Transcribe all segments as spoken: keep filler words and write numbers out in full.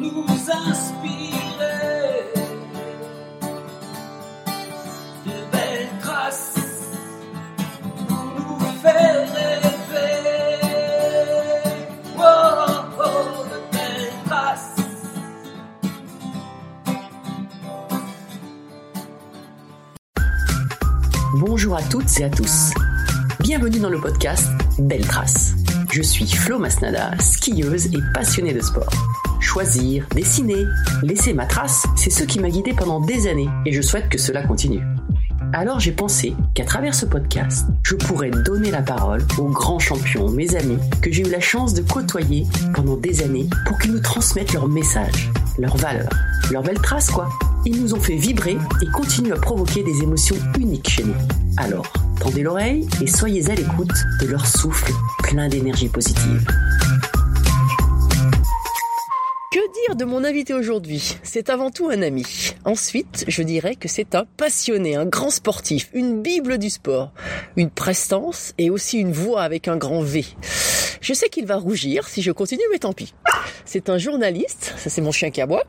nous inspirer de belles traces pour nous faire rêver. Oh, oh, oh, de belles traces. Bonjour à toutes et à tous. Bienvenue dans le podcast Belles Traces. Je suis Flo Masnada, skieuse et passionnée de sport. Choisir, dessiner, laisser ma trace, c'est ce qui m'a guidée pendant des années et je souhaite que cela continue. Alors j'ai pensé qu'à travers ce podcast, je pourrais donner la parole aux grands champions, mes amis, que j'ai eu la chance de côtoyer pendant des années pour qu'ils nous transmettent leurs messages, leurs valeurs, leurs belles traces quoi. Ils nous ont fait vibrer et continuent à provoquer des émotions uniques chez nous. Alors, tendez l'oreille et soyez à l'écoute de leur souffle plein d'énergie positive. Que dire de mon invité aujourd'hui ? C'est avant tout un ami. Ensuite, je dirais que c'est un passionné, un grand sportif, une bible du sport, une prestance et aussi une voix avec un grand V. Je sais qu'il va rougir si je continue, mais tant pis. C'est un journaliste, ça c'est mon chien qui aboie,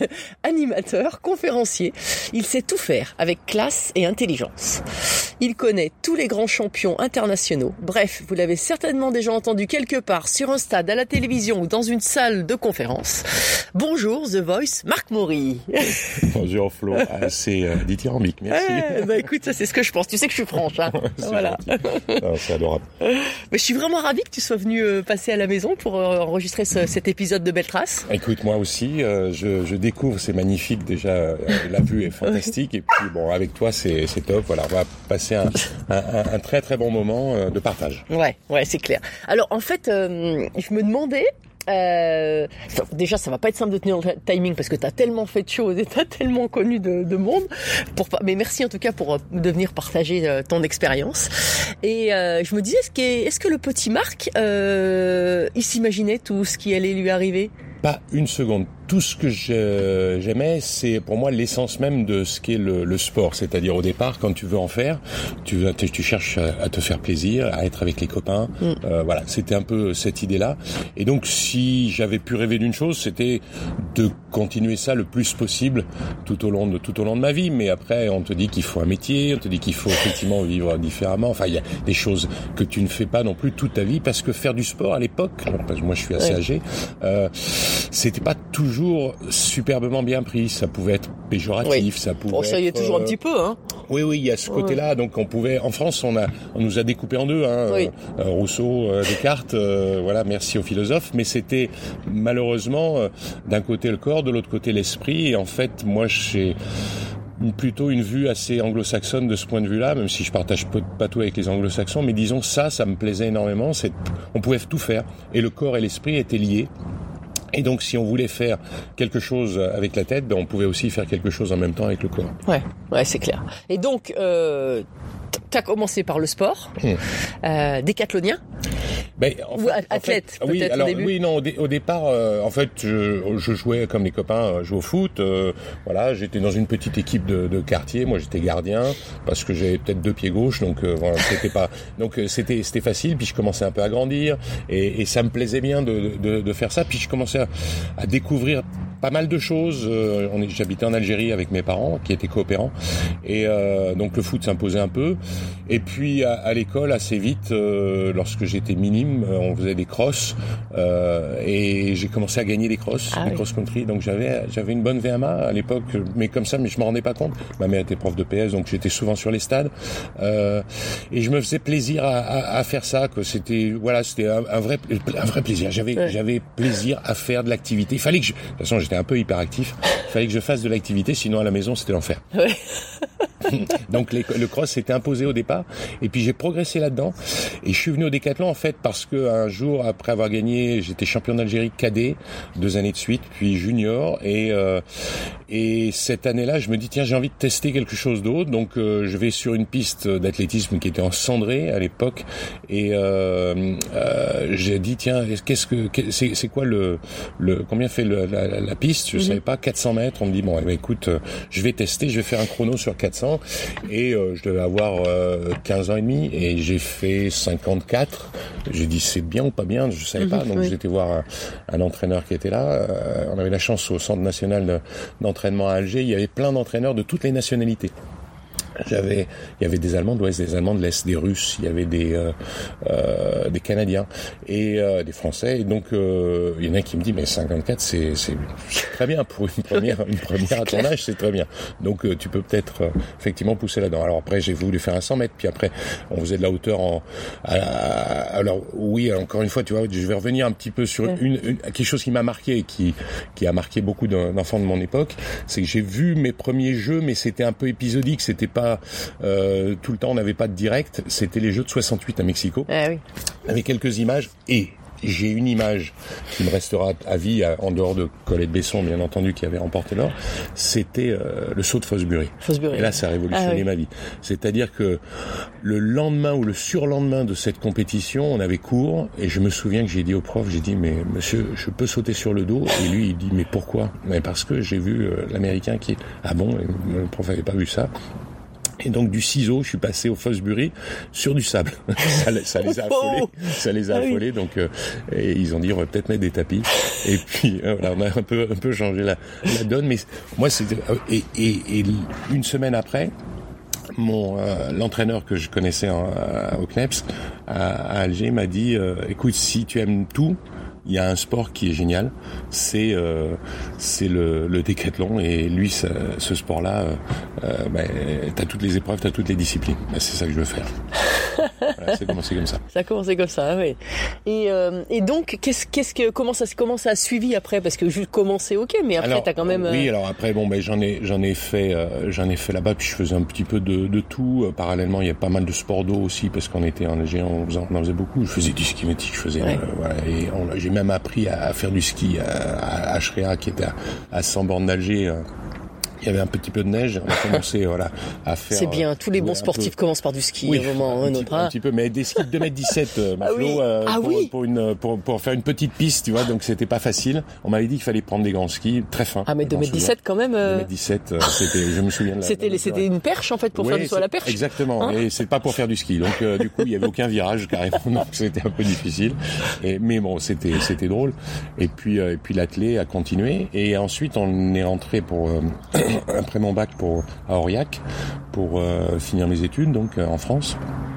animateur, conférencier. Il sait tout faire avec classe et intelligence. Il connaît tous les grands champions internationaux. Bref, vous l'avez certainement déjà entendu quelque part sur un stade, à la télévision ou dans une salle de conférence. Bonjour The Voice, Marc Maury. Bonjour Flo, ah, c'est euh, dithyrambique, merci. Eh, bah écoute, ça c'est ce que je pense. Tu sais que je suis franche, hein. Voilà. Non, c'est adorable. Mais je suis vraiment ravie que tu sois venu euh, passer à la maison pour euh, enregistrer ce, cet épisode de Belles Traces. Écoute, moi aussi, euh, je, je découvre, c'est magnifique déjà, euh, la vue est fantastique et puis bon, avec toi c'est, c'est top. Voilà, on va passer un, un, un très très bon moment euh, de partage. Ouais, ouais, c'est clair. Alors en fait, euh, je me demandais. Euh, déjà, ça va pas être simple de tenir le timing parce que t'as tellement fait de choses et t'as tellement connu de, de monde. Pour, mais merci en tout cas pour euh, de venir partager euh, ton expérience. Et euh, je me disais, est-ce que, est-ce que le petit Marc, euh, il s'imaginait tout ce qui allait lui arriver ? Pas une seconde. Tout ce que je, j'aimais, c'est pour moi l'essence même de ce qu'est le, le sport. C'est-à-dire au départ, quand tu veux en faire, tu, tu cherches à, à te faire plaisir, à être avec les copains. Mm. Euh, voilà, c'était un peu cette idée-là. Et donc, si j'avais pu rêver d'une chose, c'était de continuer ça le plus possible tout au long de tout au long de ma vie. Mais après, on te dit qu'il faut un métier, on te dit qu'il faut effectivement vivre différemment. Enfin, il y a des choses que tu ne fais pas non plus toute ta vie parce que faire du sport à l'époque, parce que moi je suis assez ouais. âgé, euh, c'était pas toujours superbement bien pris, ça pouvait être péjoratif, oui. ça pouvait bon, ça y est être, toujours euh... un petit peu, hein. Oui, oui, il y a ce côté-là. Donc, on pouvait, en France, on a, on nous a découpé en deux, hein. Oui. Euh, Rousseau, euh, Descartes, euh, voilà, merci aux philosophes. Mais c'était malheureusement euh, d'un côté le corps, de l'autre côté l'esprit. Et en fait, moi, j'ai plutôt une vue assez anglo-saxonne de ce point de vue-là, même si je partage pas tout avec les anglo-saxons. Mais disons ça, ça me plaisait énormément. C'est, on pouvait tout faire, et le corps et l'esprit étaient liés. Et donc, si on voulait faire quelque chose avec la tête, ben, on pouvait aussi faire quelque chose en même temps avec le corps. Ouais, ouais, c'est clair. Et donc, euh, t'as commencé par le sport, mmh. euh, décathlonien. Ben, en ou fait, athlète, en fait, peut-être oui, alors, au début. Oui, non, au, dé, au départ, euh, en fait, je, je jouais comme les copains, je jouais au foot. Euh, voilà, j'étais dans une petite équipe de, de quartier. Moi, j'étais gardien parce que j'avais peut-être deux pieds gauches, donc euh, voilà, c'était pas, donc c'était c'était facile. Puis je commençais un peu à grandir et, et ça me plaisait bien de, de, de faire ça. Puis je commençais à, à découvrir pas mal de choses. Euh, on est, j'habitais en Algérie avec mes parents qui étaient coopérants et euh, donc le foot s'imposait un peu. Et puis à, à l'école, assez vite, euh, lorsque j'étais minime, on faisait des crosses euh, et j'ai commencé à gagner des crosses, ah, des oui. cross-country. Donc j'avais j'avais une bonne V M A à l'époque, mais comme ça, mais je me rendais pas compte. Ma mère était prof de P S, donc j'étais souvent sur les stades euh, et je me faisais plaisir à, à, à faire ça. Que c'était voilà, c'était un, un vrai un vrai plaisir. J'avais ouais. j'avais plaisir à faire de l'activité. Il fallait que je, de toute façon, j'étais un peu hyperactif. Il fallait que je fasse de l'activité, sinon à la maison c'était l'enfer. Ouais. Donc les, le cross s'était imposé au départ et puis j'ai progressé là-dedans et je suis venu au décathlon en fait parce que un jour après avoir gagné, j'étais champion d'Algérie cadet deux années de suite, puis junior et euh, et cette année-là je me dis tiens j'ai envie de tester quelque chose d'autre, donc euh, je vais sur une piste d'athlétisme qui était en cendré à l'époque et euh, euh, j'ai dit tiens qu'est-ce que c'est, c'est quoi le le combien fait le, la, la, piste, je mm-hmm. savais pas, quatre cents mètres, on me dit bon, eh ben, écoute, euh, je vais tester, je vais faire un chrono sur quatre cents, et euh, je devais avoir euh, quinze ans et demi, et j'ai fait cinquante-quatre. J'ai dit c'est bien ou pas bien, je savais mm-hmm, pas, donc oui. j'étais voir un, un entraîneur qui était là. Euh, on avait la chance au Centre national de, d'entraînement à Alger, il y avait plein d'entraîneurs de toutes les nationalités. J'avais, il y avait des Allemands de l'Ouest, des Allemands de l'Est, des Russes, il y avait des euh, euh, des Canadiens et euh, des Français. Et donc euh, il y en a qui me dit mais cinquante-quatre c'est c'est, c'est très bien pour une première une première à ton âge, c'est très bien. Donc euh, tu peux peut-être euh, effectivement pousser là-dedans. Alors après j'ai voulu faire un cent mètres, puis après on faisait de la hauteur en à, à, alors oui encore une fois tu vois je vais revenir un petit peu sur ouais. une, une quelque chose qui m'a marqué et qui qui a marqué beaucoup d'enfants de mon époque, c'est que j'ai vu mes premiers jeux mais c'était un peu épisodique, c'était pas Euh, tout le temps on n'avait pas de direct, c'était les Jeux de soixante-huit à Mexico. Ah oui. Avec quelques images et j'ai une image qui me restera à vie en dehors de Colette Besson bien entendu qui avait remporté l'or, c'était euh, le saut de Fosbury. Fosbury. Et là ça a révolutionné ah, oui. ma vie. C'est-à-dire que le lendemain ou le surlendemain de cette compétition, on avait cours et je me souviens que j'ai dit au prof, j'ai dit mais monsieur, je peux sauter sur le dos et lui il dit mais pourquoi? Mais parce que j'ai vu euh, l'américain qui ah bon, le prof avait pas vu ça. Et donc du ciseau, je suis passé au Fosbury sur du sable. ça, ça les a affolés, ça les a ah affolés. Oui. Donc euh, et ils ont dit on va peut-être mettre des tapis. Et puis euh, voilà, on a un peu un peu changé la, la donne. Mais moi c'était et, et, et une semaine après. Mon euh, l'entraîneur que je connaissais en, à, au C N E P S à, à Alger m'a dit euh, écoute si tu aimes tout il y a un sport qui est génial, c'est euh, c'est le, le décathlon et lui ça, ce sport-là, euh, euh, ben, t'as toutes les épreuves, t'as toutes les disciplines. Ben, c'est ça que je veux faire. Voilà, c'est commencé comme ça. Ça a commencé comme ça, oui. Et, euh, et donc, qu'est-ce, qu'est-ce que, comment ça, comment ça a suivi après? Parce que juste commencer, ok, mais après, alors, t'as quand même. Euh... Oui, alors après, bon, ben j'en ai, j'en ai fait, euh, j'en ai fait là-bas, puis je faisais un petit peu de, de tout. Euh, parallèlement, il y a pas mal de sport d'eau aussi, parce qu'on était en Alger, on, on en faisait beaucoup. Je faisais du ski nautique, je faisais, ouais. euh, voilà, et on, j'ai même appris à, à faire du ski à, à Ashrea, qui était à, à cent bornes d'Alger. Euh, Il y avait un petit peu de neige, on a commencé voilà à faire. C'est bien, tous les bons sportifs peu... commencent par du ski, oui, au moment un, un petit, autre. Un petit peu, mais des skis de deux mètres dix-sept, euh, ma ah Flo, oui. euh, ah pour, oui. pour une pour pour faire une petite piste, tu vois, donc c'était pas facile. On m'avait dit qu'il fallait prendre des grands skis très fins. Ah mais deux mètres dix-sept quand même. Euh... deux mètres dix-sept, euh, c'était, je me souviens de la. C'était c'était une perche en fait pour oui, faire du saut à la perche. Exactement, hein et c'est pas pour faire du ski, donc euh, du coup il y avait aucun virage carrément, donc c'était un peu difficile. Et mais bon, c'était c'était drôle. Et puis euh, et puis l'athlé a continué et ensuite on est rentré pour euh, après mon bac pour à Aurillac pour euh, finir mes études donc euh, en France.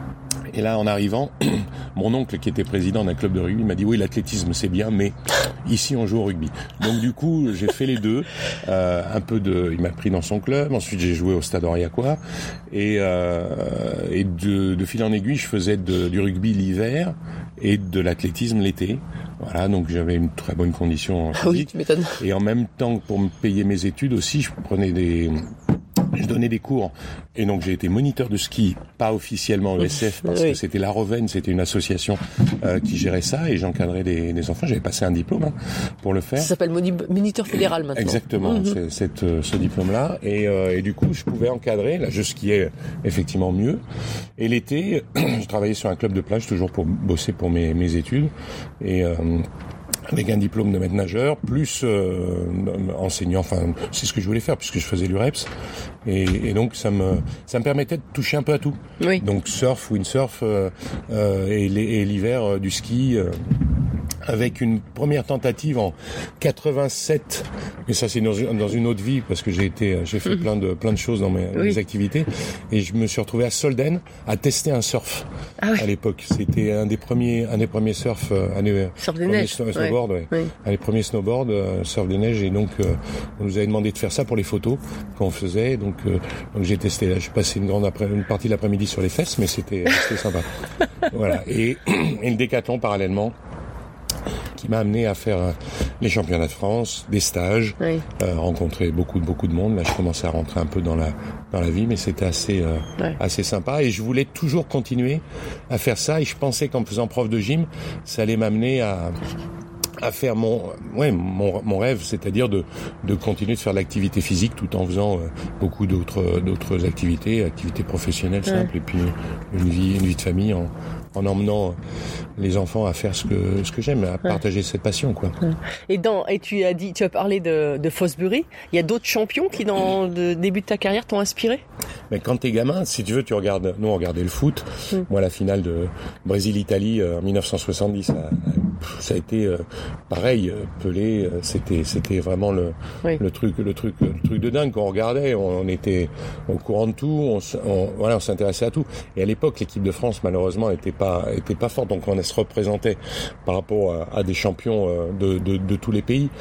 Et là, en arrivant, mon oncle, qui était président d'un club de rugby, m'a dit « Oui, l'athlétisme, c'est bien, mais ici, on joue au rugby. » Donc, du coup, j'ai fait les deux. Euh, un peu de... Il m'a pris dans son club. Ensuite, j'ai joué au Stade Aurillacois. Et, euh, et de, de fil en aiguille, je faisais de, du rugby l'hiver et de l'athlétisme l'été. Voilà, donc j'avais une très bonne condition physique. Ah oui, tu m'étonnes. Et en même temps, pour me payer mes études aussi, je prenais des... Je donnais des cours et donc j'ai été moniteur de ski, pas officiellement E S F parce oui. que c'était la Rovenne, c'était une association euh, qui gérait ça et j'encadrais des, des enfants. J'avais passé un diplôme hein, pour le faire. Ça s'appelle moni- moniteur fédéral maintenant. Exactement, mm-hmm. c'est, cette, euh, ce diplôme-là et, euh, et du coup je pouvais encadrer. Là, je skiais effectivement mieux. Et l'été, je travaillais sur un club de plage toujours pour bosser pour mes, mes études et euh, avec un diplôme de maître nageur, plus euh, enseignant, enfin c'est ce que je voulais faire puisque je faisais l'U R E P S et, et donc ça me ça me permettait de toucher un peu à tout. Oui. Donc surf, windsurf euh, euh, et, et l'hiver euh, du ski. Euh, avec une première tentative en quatre-vingt-sept, mais ça c'est dans une, dans une autre vie parce que j'ai été, j'ai fait mmh. plein de plein de choses dans mes, oui. mes activités et je me suis retrouvé à Solden à tester un surf ah oui. à l'époque. C'était un des premiers, un des premiers surf, un des surf des neiges, snow, snowboard, ouais. Ouais. Oui. un des premiers snowboard, euh, surf des neiges et donc euh, on nous avait demandé de faire ça pour les photos qu'on faisait, donc euh, donc j'ai testé. Là, j'ai passé une grande après, une partie de l'après-midi sur les fesses, mais c'était c'était sympa. Voilà et, et le décathlon parallèlement. Qui m'a amené à faire euh, les championnats de France, des stages, oui. euh, rencontrer beaucoup beaucoup de monde. Là, je commençais à rentrer un peu dans la dans la vie, mais c'était assez euh, ouais. assez sympa. Et je voulais toujours continuer à faire ça. Et je pensais qu'en faisant prof de gym, ça allait m'amener à à faire mon ouais mon mon rêve, c'est-à-dire de de continuer de faire l'activité physique tout en faisant euh, beaucoup d'autres d'autres activités, activités professionnelles simples ouais. et puis une vie une vie de famille en en emmenant les enfants à faire ce que ce que j'aime, à partager ouais. cette passion, quoi. Et dans et tu as dit, tu as parlé de, de Fosbury. Il y a d'autres champions qui, dans le début de ta carrière, t'ont inspiré? Mais quand t'es gamin, si tu veux, tu regardes. Nous, on regardait le foot. Mm. Moi, la finale de Brésil-Italie euh, en dix-neuf cent soixante-dix, ça, ça a été euh, pareil. Pelé, euh, c'était c'était vraiment le oui. le truc le truc le truc de dingue qu'on regardait. On, on était au courant de tout. On, on voilà, on s'intéressait à tout. Et à l'époque, l'équipe de France, malheureusement, était pas était pas forte. Donc, on se représentait par rapport à, à des champions euh, de, de de tous les pays.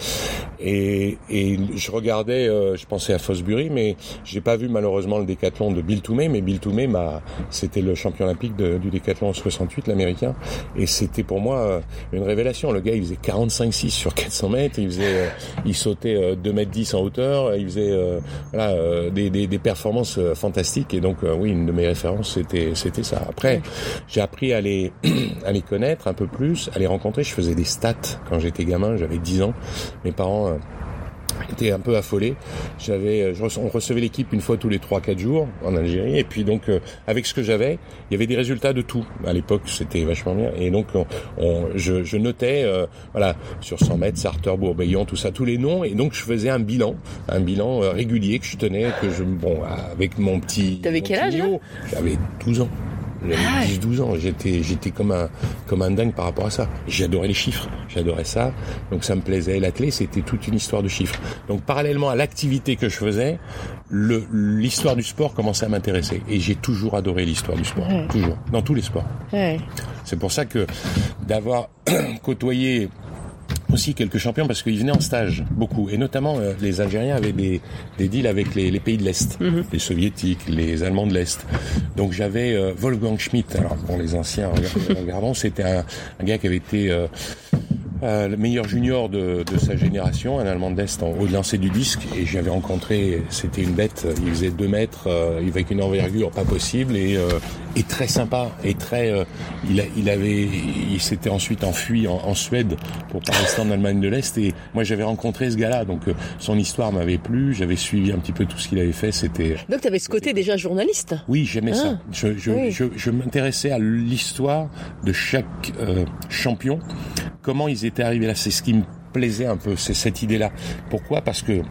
Et et je regardais, euh, je pensais à Fosbury, mais j'ai pas vu malheureusement le décathlon de Bill Toomey. Mais Bill Toomey, m'a, c'était le champion olympique de, du décathlon en soixante-huit, l'américain. Et c'était pour moi euh, une révélation. Le gars, il faisait quarante-cinq six sur quatre cents mètres. Il faisait, euh, il sautait euh, deux mètres dix en hauteur. Il faisait euh, voilà euh, des, des, des performances euh, fantastiques. Et donc euh, oui, une de mes références, c'était c'était ça. Après, j'ai appris à les à les connaître un peu plus, à les rencontrer. Je faisais des stats quand j'étais gamin. J'avais dix ans. Mes parents euh, étaient un peu affolés. J'avais, je, on recevait l'équipe une fois tous les trois quatre jours en Algérie. Et puis donc, euh, avec ce que j'avais, il y avait des résultats de tout. À l'époque, c'était vachement bien. Et donc, on, on, je, je notais, euh, voilà, sur cent mètres, Sarteur, Bourbeillon, tout ça, tous les noms. Et donc, je faisais un bilan, un bilan euh, régulier que je tenais, que je, bon, avec mon petit. T'avais quel âge, hein? J'avais douze ans. J'avais ah dix douze ans, j'étais j'étais comme un comme un dingue par rapport à ça. J'adorais les chiffres, j'adorais ça. Donc ça me plaisait. L'athlé, c'était toute une histoire de chiffres. Donc parallèlement à l'activité que je faisais, le l'histoire du sport commençait à m'intéresser et j'ai toujours adoré l'histoire du sport, ouais. toujours, dans tous les sports. Ouais. C'est pour ça que d'avoir côtoyé aussi quelques champions, parce qu'ils venaient en stage beaucoup, et notamment euh, les Algériens avaient des, des deals avec les, les pays de l'Est, mm-hmm. les Soviétiques, les Allemands de l'Est. Donc j'avais euh, Wolfgang Schmidt. Alors pour les anciens, regardons, c'était un, un gars qui avait été euh, euh, le meilleur junior de, de sa génération, un Allemand de l'Est en haut de lancer du disque, et j'avais rencontré, c'était une bête, il faisait deux mètres, euh, avec une envergure pas possible, et, euh, et très sympa, et très, euh, il, a, il avait, il s'était ensuite enfui en, en Suède pour pas rester en Allemagne de l'Est, et moi j'avais rencontré ce gars-là, donc euh, son histoire m'avait plu, j'avais suivi un petit peu tout ce qu'il avait fait, c'était... Donc t'avais ce côté déjà journaliste? Oui, j'aimais ah, ça, je, je, oui. je, je m'intéressais à l'histoire de chaque euh, champion, comment ils étaient arrivés là, c'est ce qui me plaisait un peu, c'est cette idée-là. Pourquoi ? Parce que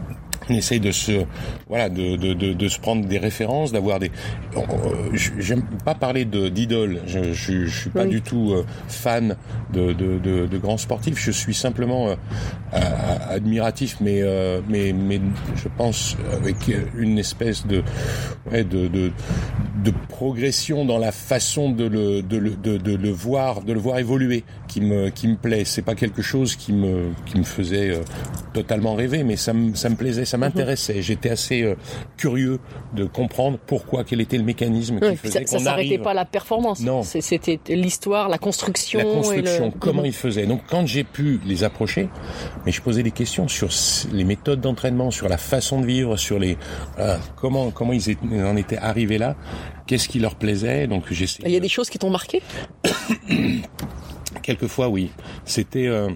on essaye de se, voilà, de, de, de, de se prendre des références, d'avoir des. Euh, j'aime pas parler de d'idoles. Je, je, je suis pas oui. du tout euh, fan de, de, de, de grands sportifs. Je suis simplement euh, admiratif, mais, euh, mais, mais je pense avec une espèce de, ouais, de, de, de progression dans la façon de le, de le, de, de le voir, de le voir évoluer, qui me, qui me plaît. C'est pas quelque chose qui me, qui me faisait euh, totalement rêver, mais ça me, ça me plaisait, ça m'intéressait. J'étais assez euh, curieux de comprendre pourquoi, quel était le mécanisme qui oui, faisait ça, qu'on ça arrive. Ça s'arrêtait pas à la performance. Non. C'était l'histoire, la construction. La construction, et le... comment mmh. ils faisaient. Donc quand j'ai pu les approcher, mais je posais des questions sur les méthodes d'entraînement, sur la façon de vivre, sur les euh, comment comment ils étaient, en étaient arrivés là, qu'est-ce qui leur plaisait. Donc j'essaie. Il y a des choses qui t'ont marqué? Quelquefois, oui. C'était euh,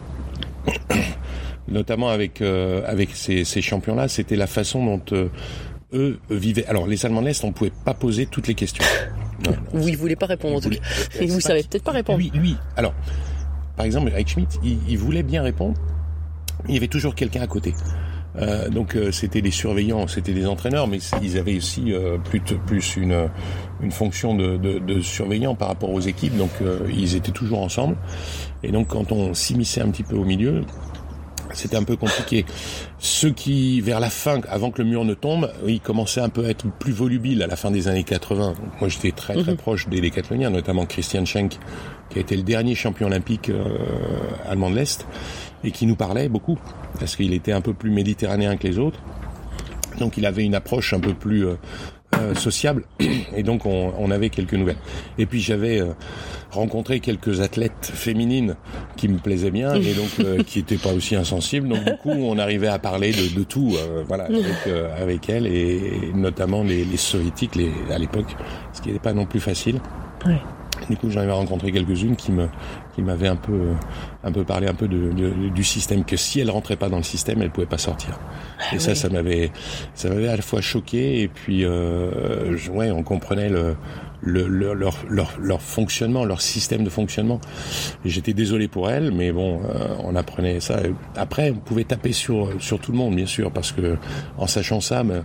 notamment avec euh, avec ces, ces champions-là, c'était la façon dont euh, eux vivaient. Alors les Allemands de l'Est, on pouvait pas poser toutes les questions. Non, non, oui, ils voulaient pas répondre en tout cas. Et vous savez peut-être pas répondre. Oui, lui. Alors, par exemple, avec Schmidt, il, il voulait bien répondre. Il y avait toujours quelqu'un à côté. Euh, donc euh, c'était des surveillants, c'était des entraîneurs, mais ils avaient aussi euh, plus, plus une, une fonction de, de, de surveillant par rapport aux équipes. Donc euh, ils étaient toujours ensemble. Et donc quand on s'immisçait un petit peu au milieu, c'était un peu compliqué. Ceux qui, vers la fin, avant que le mur ne tombe, ils commençaient un peu à être plus volubiles à la fin des années quatre-vingts. Donc, moi, j'étais très très mmh. proche des décathloniens, notamment Christian Schenk, qui a été le dernier champion olympique euh, allemand de l'Est, et qui nous parlait beaucoup, parce qu'il était un peu plus méditerranéen que les autres. Donc, il avait une approche un peu plus euh, euh, sociable, et donc on, on avait quelques nouvelles. Et puis, j'avais euh, rencontré quelques athlètes féminines qui me plaisaient bien, et donc euh, qui étaient pas aussi insensibles. Donc, du coup, on arrivait à parler de, de tout, euh, voilà, avec, euh, avec elles, et, et notamment les, les soviétiques, les, à l'époque, ce qui n'était pas non plus facile. Oui. Du coup, j'en avais rencontré quelques-unes qui me, qui m'avaient un peu, un peu parlé un peu de, de, du système, que si elles rentraient pas dans le système, elles pouvaient pas sortir. Ah, et ça, oui. ça m'avait, ça m'avait à la fois choqué, et puis, euh, je, ouais, on comprenait le, le, le leur, leur leur fonctionnement, leur système de fonctionnement. Et j'étais désolé pour elles, mais bon, euh, on apprenait ça. Après, on pouvait taper sur sur tout le monde, bien sûr, parce que en sachant ça, mais,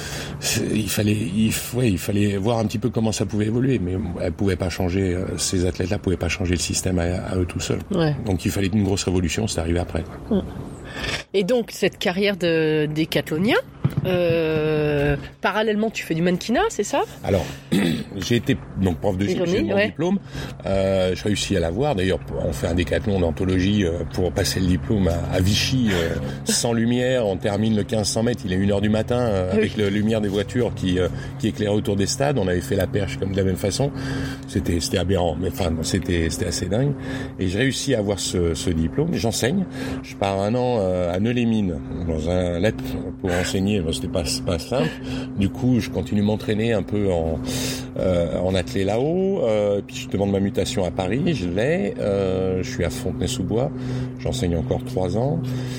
il fallait il, ouais, il fallait voir un petit peu comment ça pouvait évoluer, mais elles pouvaient pas changer. Ces athlètes-là pouvaient pas changer le système à, à eux tout seuls. Ouais. Donc il fallait une grosse révolution. C'est arrivé après. Ouais. Et donc cette carrière de décathlonien, euh, parallèlement tu fais du mannequinat, c'est ça? Alors j'ai été donc prof de gym, j'ai eu mon ouais. diplôme, euh, je réussis à l'avoir. D'ailleurs on fait un décathlon d'anthologie pour passer le diplôme à, à Vichy, euh, sans lumière. On termine le quinze cents mètres, il est une heure du matin, euh, oui. avec la lumière des voitures qui euh, qui éclairait autour des stades. On avait fait la perche comme de la même façon. C'était c'était aberrant, mais enfin c'était c'était assez dingue. Et j'ai réussi à avoir ce, ce diplôme. J'enseigne. Je pars un an à Neu-les-Mines dans un lab pour enseigner. Bon, c'était pas pas simple. Du coup, je continue à m'entraîner un peu en euh, en athlète là-haut. Euh, puis je demande ma mutation à Paris. Je l'ai. Euh, je suis à Fontenay-sous-Bois. J'enseigne encore trois ans.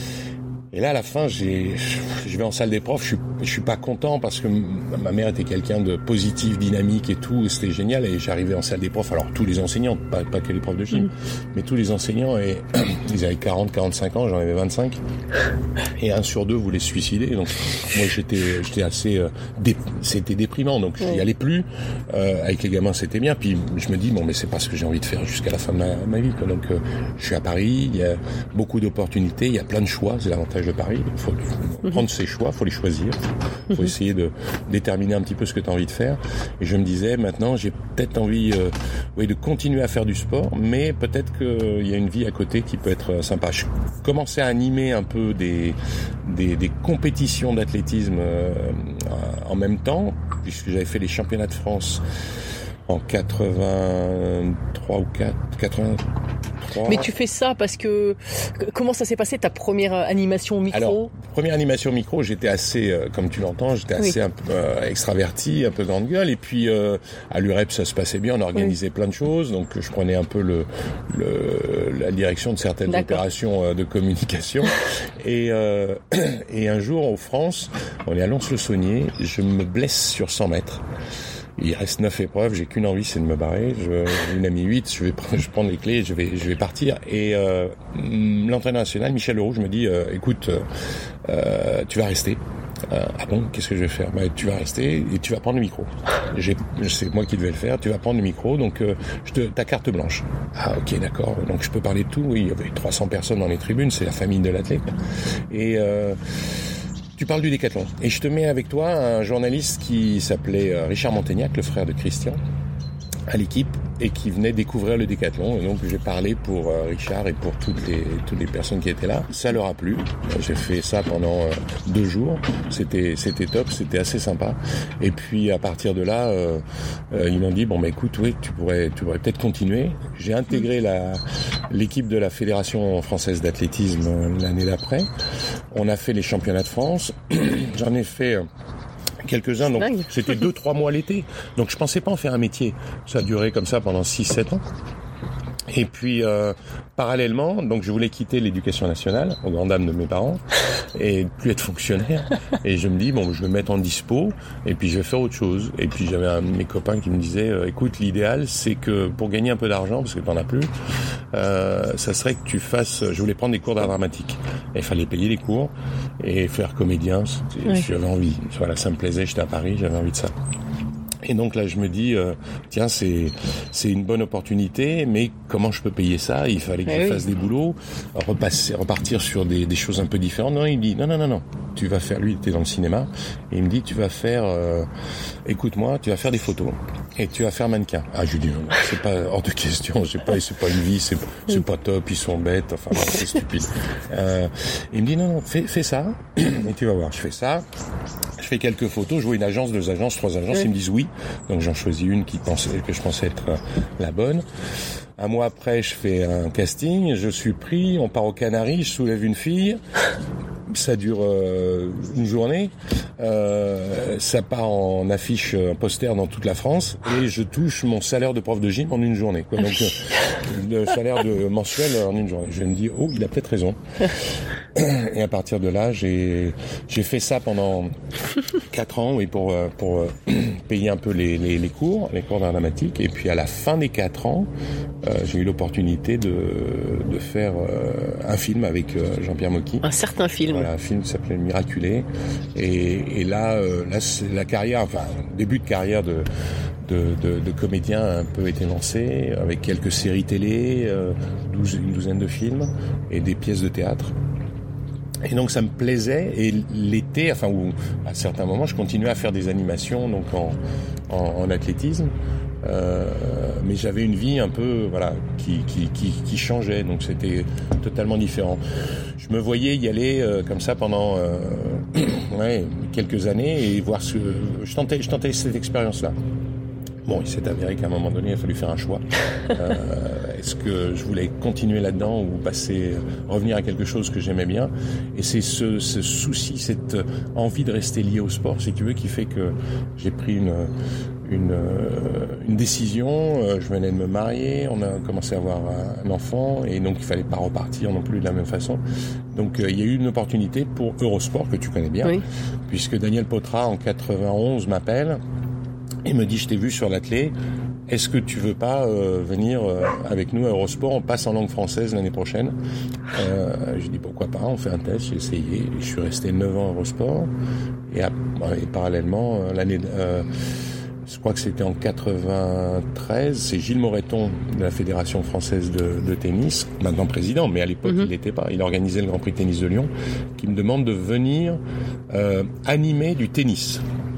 Et là, à la fin, j'ai, je vais en salle des profs, je suis, je suis pas content parce que ma mère était quelqu'un de positif, dynamique et tout, c'était génial. Et j'arrivais en salle des profs, alors tous les enseignants, pas, pas que les profs de gym, mmh. mais tous les enseignants, et ils avaient quarante, quarante-cinq ans, j'en avais vingt-cinq. Et un sur deux voulait se suicider. Donc, moi, j'étais, j'étais assez, euh, dé, c'était déprimant. Donc, je n'y allais plus. Euh, avec les gamins, c'était bien. Puis, je me dis, bon, mais c'est pas ce que j'ai envie de faire jusqu'à la fin de ma, ma vie, quoi. Donc, euh, je suis à Paris, il y a beaucoup d'opportunités, il y a plein de choix, c'est l'avantage de Paris. Il faut prendre ses choix, il faut les choisir. Il faut essayer de déterminer un petit peu ce que tu as envie de faire. Et je me disais, maintenant, j'ai peut-être envie euh, oui, de continuer à faire du sport, mais peut-être qu'il y a une vie à côté qui peut être sympa. Je commençais à animer un peu des, des, des compétitions d'athlétisme euh, en même temps, puisque j'avais fait les championnats de France en quatre-vingt-trois ou quatre, quatre-vingt-trois. Mais tu fais ça parce que comment ça s'est passé ta première animation micro? Alors, première animation micro, j'étais assez, euh, comme tu l'entends, j'étais assez oui. un peu euh, extraverti, un peu grande gueule. Et puis euh, à l'U R E P, ça se passait bien, on organisait oui. plein de choses, donc je prenais un peu le, le la direction de certaines D'accord. opérations euh, de communication. et euh, et un jour, en France, on est à Lons-le-Saunier, je me blesse sur cent mètres. Il reste neuf épreuves, j'ai qu'une envie, c'est de me barrer. Je, il en a mis huit, je vais prendre, je prends les clés, je vais, je vais partir. Et euh, l'entraîneur national, Michel Leroux, je me dis, euh, écoute, euh, tu vas rester. Euh, ah bon, qu'est-ce que je vais faire? Bah, tu vas rester et tu vas prendre le micro. J'ai, c'est moi qui devais le faire. Tu vas prendre le micro, donc euh, je te, ta carte blanche. Ah ok, d'accord. Donc je peux parler de tout. Oui, il y avait trois cents personnes dans les tribunes, c'est la famille de l'athlète. Et euh, tu parles du décathlon. Et je te mets avec toi un journaliste qui s'appelait Richard Montaignac, le frère de Christian, à l'équipe, et qui venait découvrir le décathlon. Et donc j'ai parlé pour euh, Richard et pour toutes les toutes les personnes qui étaient là. Ça leur a plu. J'ai fait ça pendant euh, deux jours. C'était c'était top, c'était assez sympa. Et puis à partir de là, euh, euh, ils m'ont dit bon bah écoute, oui, tu pourrais tu pourrais peut-être continuer. J'ai intégré la l'équipe de la Fédération française d'athlétisme euh, l'année d'après. On a fait les championnats de France. J'en ai fait euh, quelques-uns, donc dingue. C'était deux, trois mois l'été. Donc je pensais pas en faire un métier. Ça a duré comme ça pendant six, sept ans. Et puis, euh, parallèlement, donc je voulais quitter l'éducation nationale, aux grandes dames de mes parents, et plus être fonctionnaire. Et je me dis, bon, je vais me mettre en dispo, et puis je vais faire autre chose. Et puis j'avais un de mes copains qui me disait, euh, écoute, l'idéal, c'est que pour gagner un peu d'argent, parce que t'en as plus, euh, ça serait que tu fasses, je voulais prendre des cours d'art dramatique. Et il fallait payer les cours, et faire comédien, oui. J'avais envie. Voilà, ça me plaisait, j'étais à Paris, j'avais envie de ça. Et donc là, je me dis, euh, tiens, c'est c'est une bonne opportunité, mais comment je peux payer ça? Il fallait que eh je oui. fasse des boulots, repasser, repartir sur des, des choses un peu différentes. Non, il me dit, non, non, non, non, tu vas faire, lui, il était dans le cinéma, et il me dit, tu vas faire, euh, écoute-moi, tu vas faire des photos, et tu vas faire mannequin. Ah, je lui dis, non, c'est pas hors de question, c'est pas, c'est pas une vie, c'est, c'est pas top, ils sont bêtes, enfin, c'est stupide. Euh, il me dit, non, non, fais, fais ça, et tu vas voir, je fais ça. Je fais quelques photos, je vois une agence, deux agences, trois agences, oui. Ils me disent oui. Donc j'en choisis une qui pensait, que je pensais être la bonne. Un mois après, je fais un casting, je suis pris, on part aux Canaries, je soulève une fille. Ça dure euh, une journée. Euh, ça part en affiche, en poster dans toute la France, et je touche mon salaire de prof de gym en une journée. Quoi. Donc euh, le salaire de mensuel en une journée. Je me dis oh, il a peut-être raison. Et à partir de là, j'ai j'ai fait ça pendant Quatre ans, oui, pour pour euh, payer un peu les, les les cours, les cours d'art dramatique. Et puis à la fin des quatre ans, euh, j'ai eu l'opportunité de de faire euh, un film avec euh, Jean-Pierre Mocky. Un certain film. Voilà, un film qui s'appelait Miraculé. Et et là, euh, là, c'est la carrière, enfin, début de carrière de de de, de comédien a un peu été lancé avec quelques séries télé, euh, douze, une douzaine de films et des pièces de théâtre. Et donc ça me plaisait, et l'été, enfin où à certains moments je continuais à faire des animations donc en, en, en athlétisme, euh, mais j'avais une vie un peu voilà qui, qui, qui, qui changeait, donc c'était totalement différent. Je me voyais y aller euh, comme ça pendant euh, ouais, quelques années et voir ce je tentais je tentais cette expérience-là. Bon, il s'est avéré qu'à un moment donné, il a fallu faire un choix. Euh, est-ce que je voulais continuer là-dedans ou passer, revenir à quelque chose que j'aimais bien? Et c'est ce, ce souci, cette envie de rester lié au sport, si tu veux, qui fait que j'ai pris une, une, une décision. Je venais de me marier, on a commencé à avoir un enfant, et donc il fallait pas repartir non plus de la même façon. Donc il y a eu une opportunité pour Eurosport, que tu connais bien, oui. Puisque Daniel Potra, en quatre-vingt-onze, m'appelle. Il me dit, je t'ai vu sur l'athlé, est-ce que tu veux pas euh, venir euh, avec nous à Eurosport, on passe en langue française l'année prochaine. euh, J'ai dit pourquoi pas, on fait un test, j'ai essayé, je suis resté neuf ans à Eurosport, et, à, et parallèlement, euh, l'année, euh, je crois que c'était en quatre-vingt-treize, c'est Gilles Moreton de la Fédération Française de, de Tennis, maintenant président, mais à l'époque mm-hmm. il n'était pas, il organisait le Grand Prix de Tennis de Lyon, qui me demande de venir euh, animer du tennis.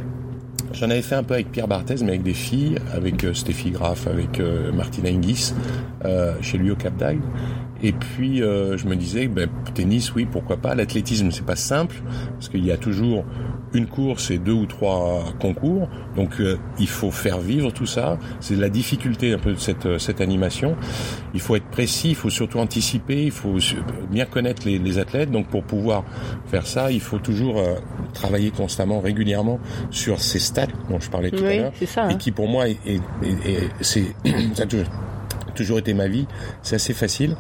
J'en avais fait un peu avec Pierre Barthez, mais avec des filles, avec euh, Steffi Graf, avec euh, Martina Hingis, euh, chez lui au Cap d'Agde. Et puis euh, je me disais, ben, tennis, oui, pourquoi pas. L'athlétisme, c'est pas simple, parce qu'il y a toujours une course et deux ou trois concours, donc euh, il faut faire vivre tout ça. C'est la difficulté un peu de cette cette animation. Il faut être précis, il faut surtout anticiper, il faut bien connaître les, les athlètes. Donc pour pouvoir faire ça, il faut toujours euh, travailler constamment, régulièrement sur ces stats dont je parlais tout oui, à l'heure, c'est ça, hein. Et qui pour moi est, est, est, est c'est ça a toujours, toujours été ma vie. C'est assez facile.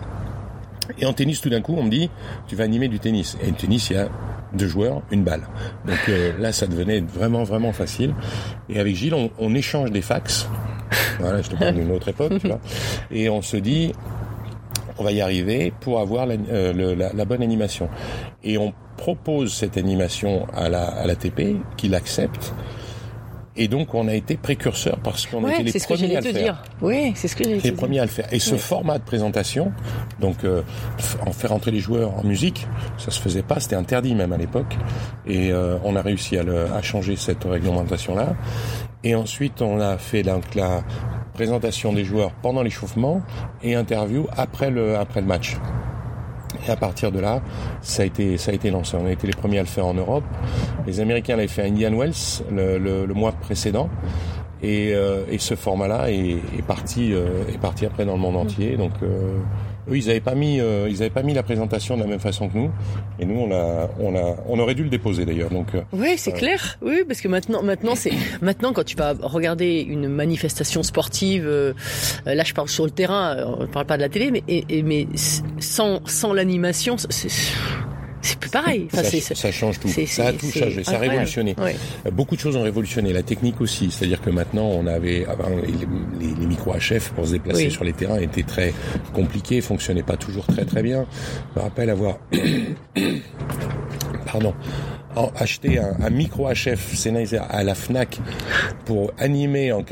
Et en tennis, tout d'un coup, on me dit, tu vas animer du tennis. Et le tennis, il y a deux joueurs, une balle. Donc euh, là, ça devenait vraiment, vraiment facile. Et avec Gilles, on, on échange des fax. Voilà, je te parle d'une autre époque, tu vois. Et on se dit, on va y arriver pour avoir la, euh, le, la, la bonne animation. Et on propose cette animation à la, à l'A T P, qu'il accepte. Et donc, on a été précurseurs parce qu'on ouais, était les premiers à le faire. Dire. Oui, c'est ce que j'allais te dire. Les dire. premiers à le faire. Et ce ouais. format de présentation, donc euh, en faire entrer les joueurs en musique, ça se faisait pas, c'était interdit même à l'époque. Et euh, on a réussi à, le, à changer cette réglementation-là. Et ensuite, on a fait donc la présentation des joueurs pendant l'échauffement et interview après le après le match. Et à partir de là, ça a été ça a été lancé. On a été les premiers à le faire en Europe. Les Américains l'avaient fait à Indian Wells le, le, le mois précédent. Et, euh, et ce format-là est, est parti euh, est parti après dans le monde entier. Donc euh, eux, ils avaient pas mis euh, ils avaient pas mis la présentation de la même façon que nous. Et nous, on a on a on aurait dû le déposer d'ailleurs. Donc euh, oui, c'est euh, clair. Oui, parce que maintenant maintenant c'est maintenant quand tu vas regarder une manifestation sportive, euh, là je parle sur le terrain, on parle pas de la télé, mais et, et, mais sans sans l'animation, c'est c'est plus pareil. Enfin, ça, c'est, ça change tout. C'est, ça a c'est, tout c'est changé. Ça a révolutionné. Ouais. Beaucoup de choses ont révolutionné. La technique aussi. C'est-à-dire que maintenant, on avait les, les, les micros H F pour se déplacer oui. sur les terrains étaient très compliqués, fonctionnaient pas toujours très très bien. Je me rappelle avoir, pardon, acheté un, un micro H F Sennheiser à la Fnac pour animer en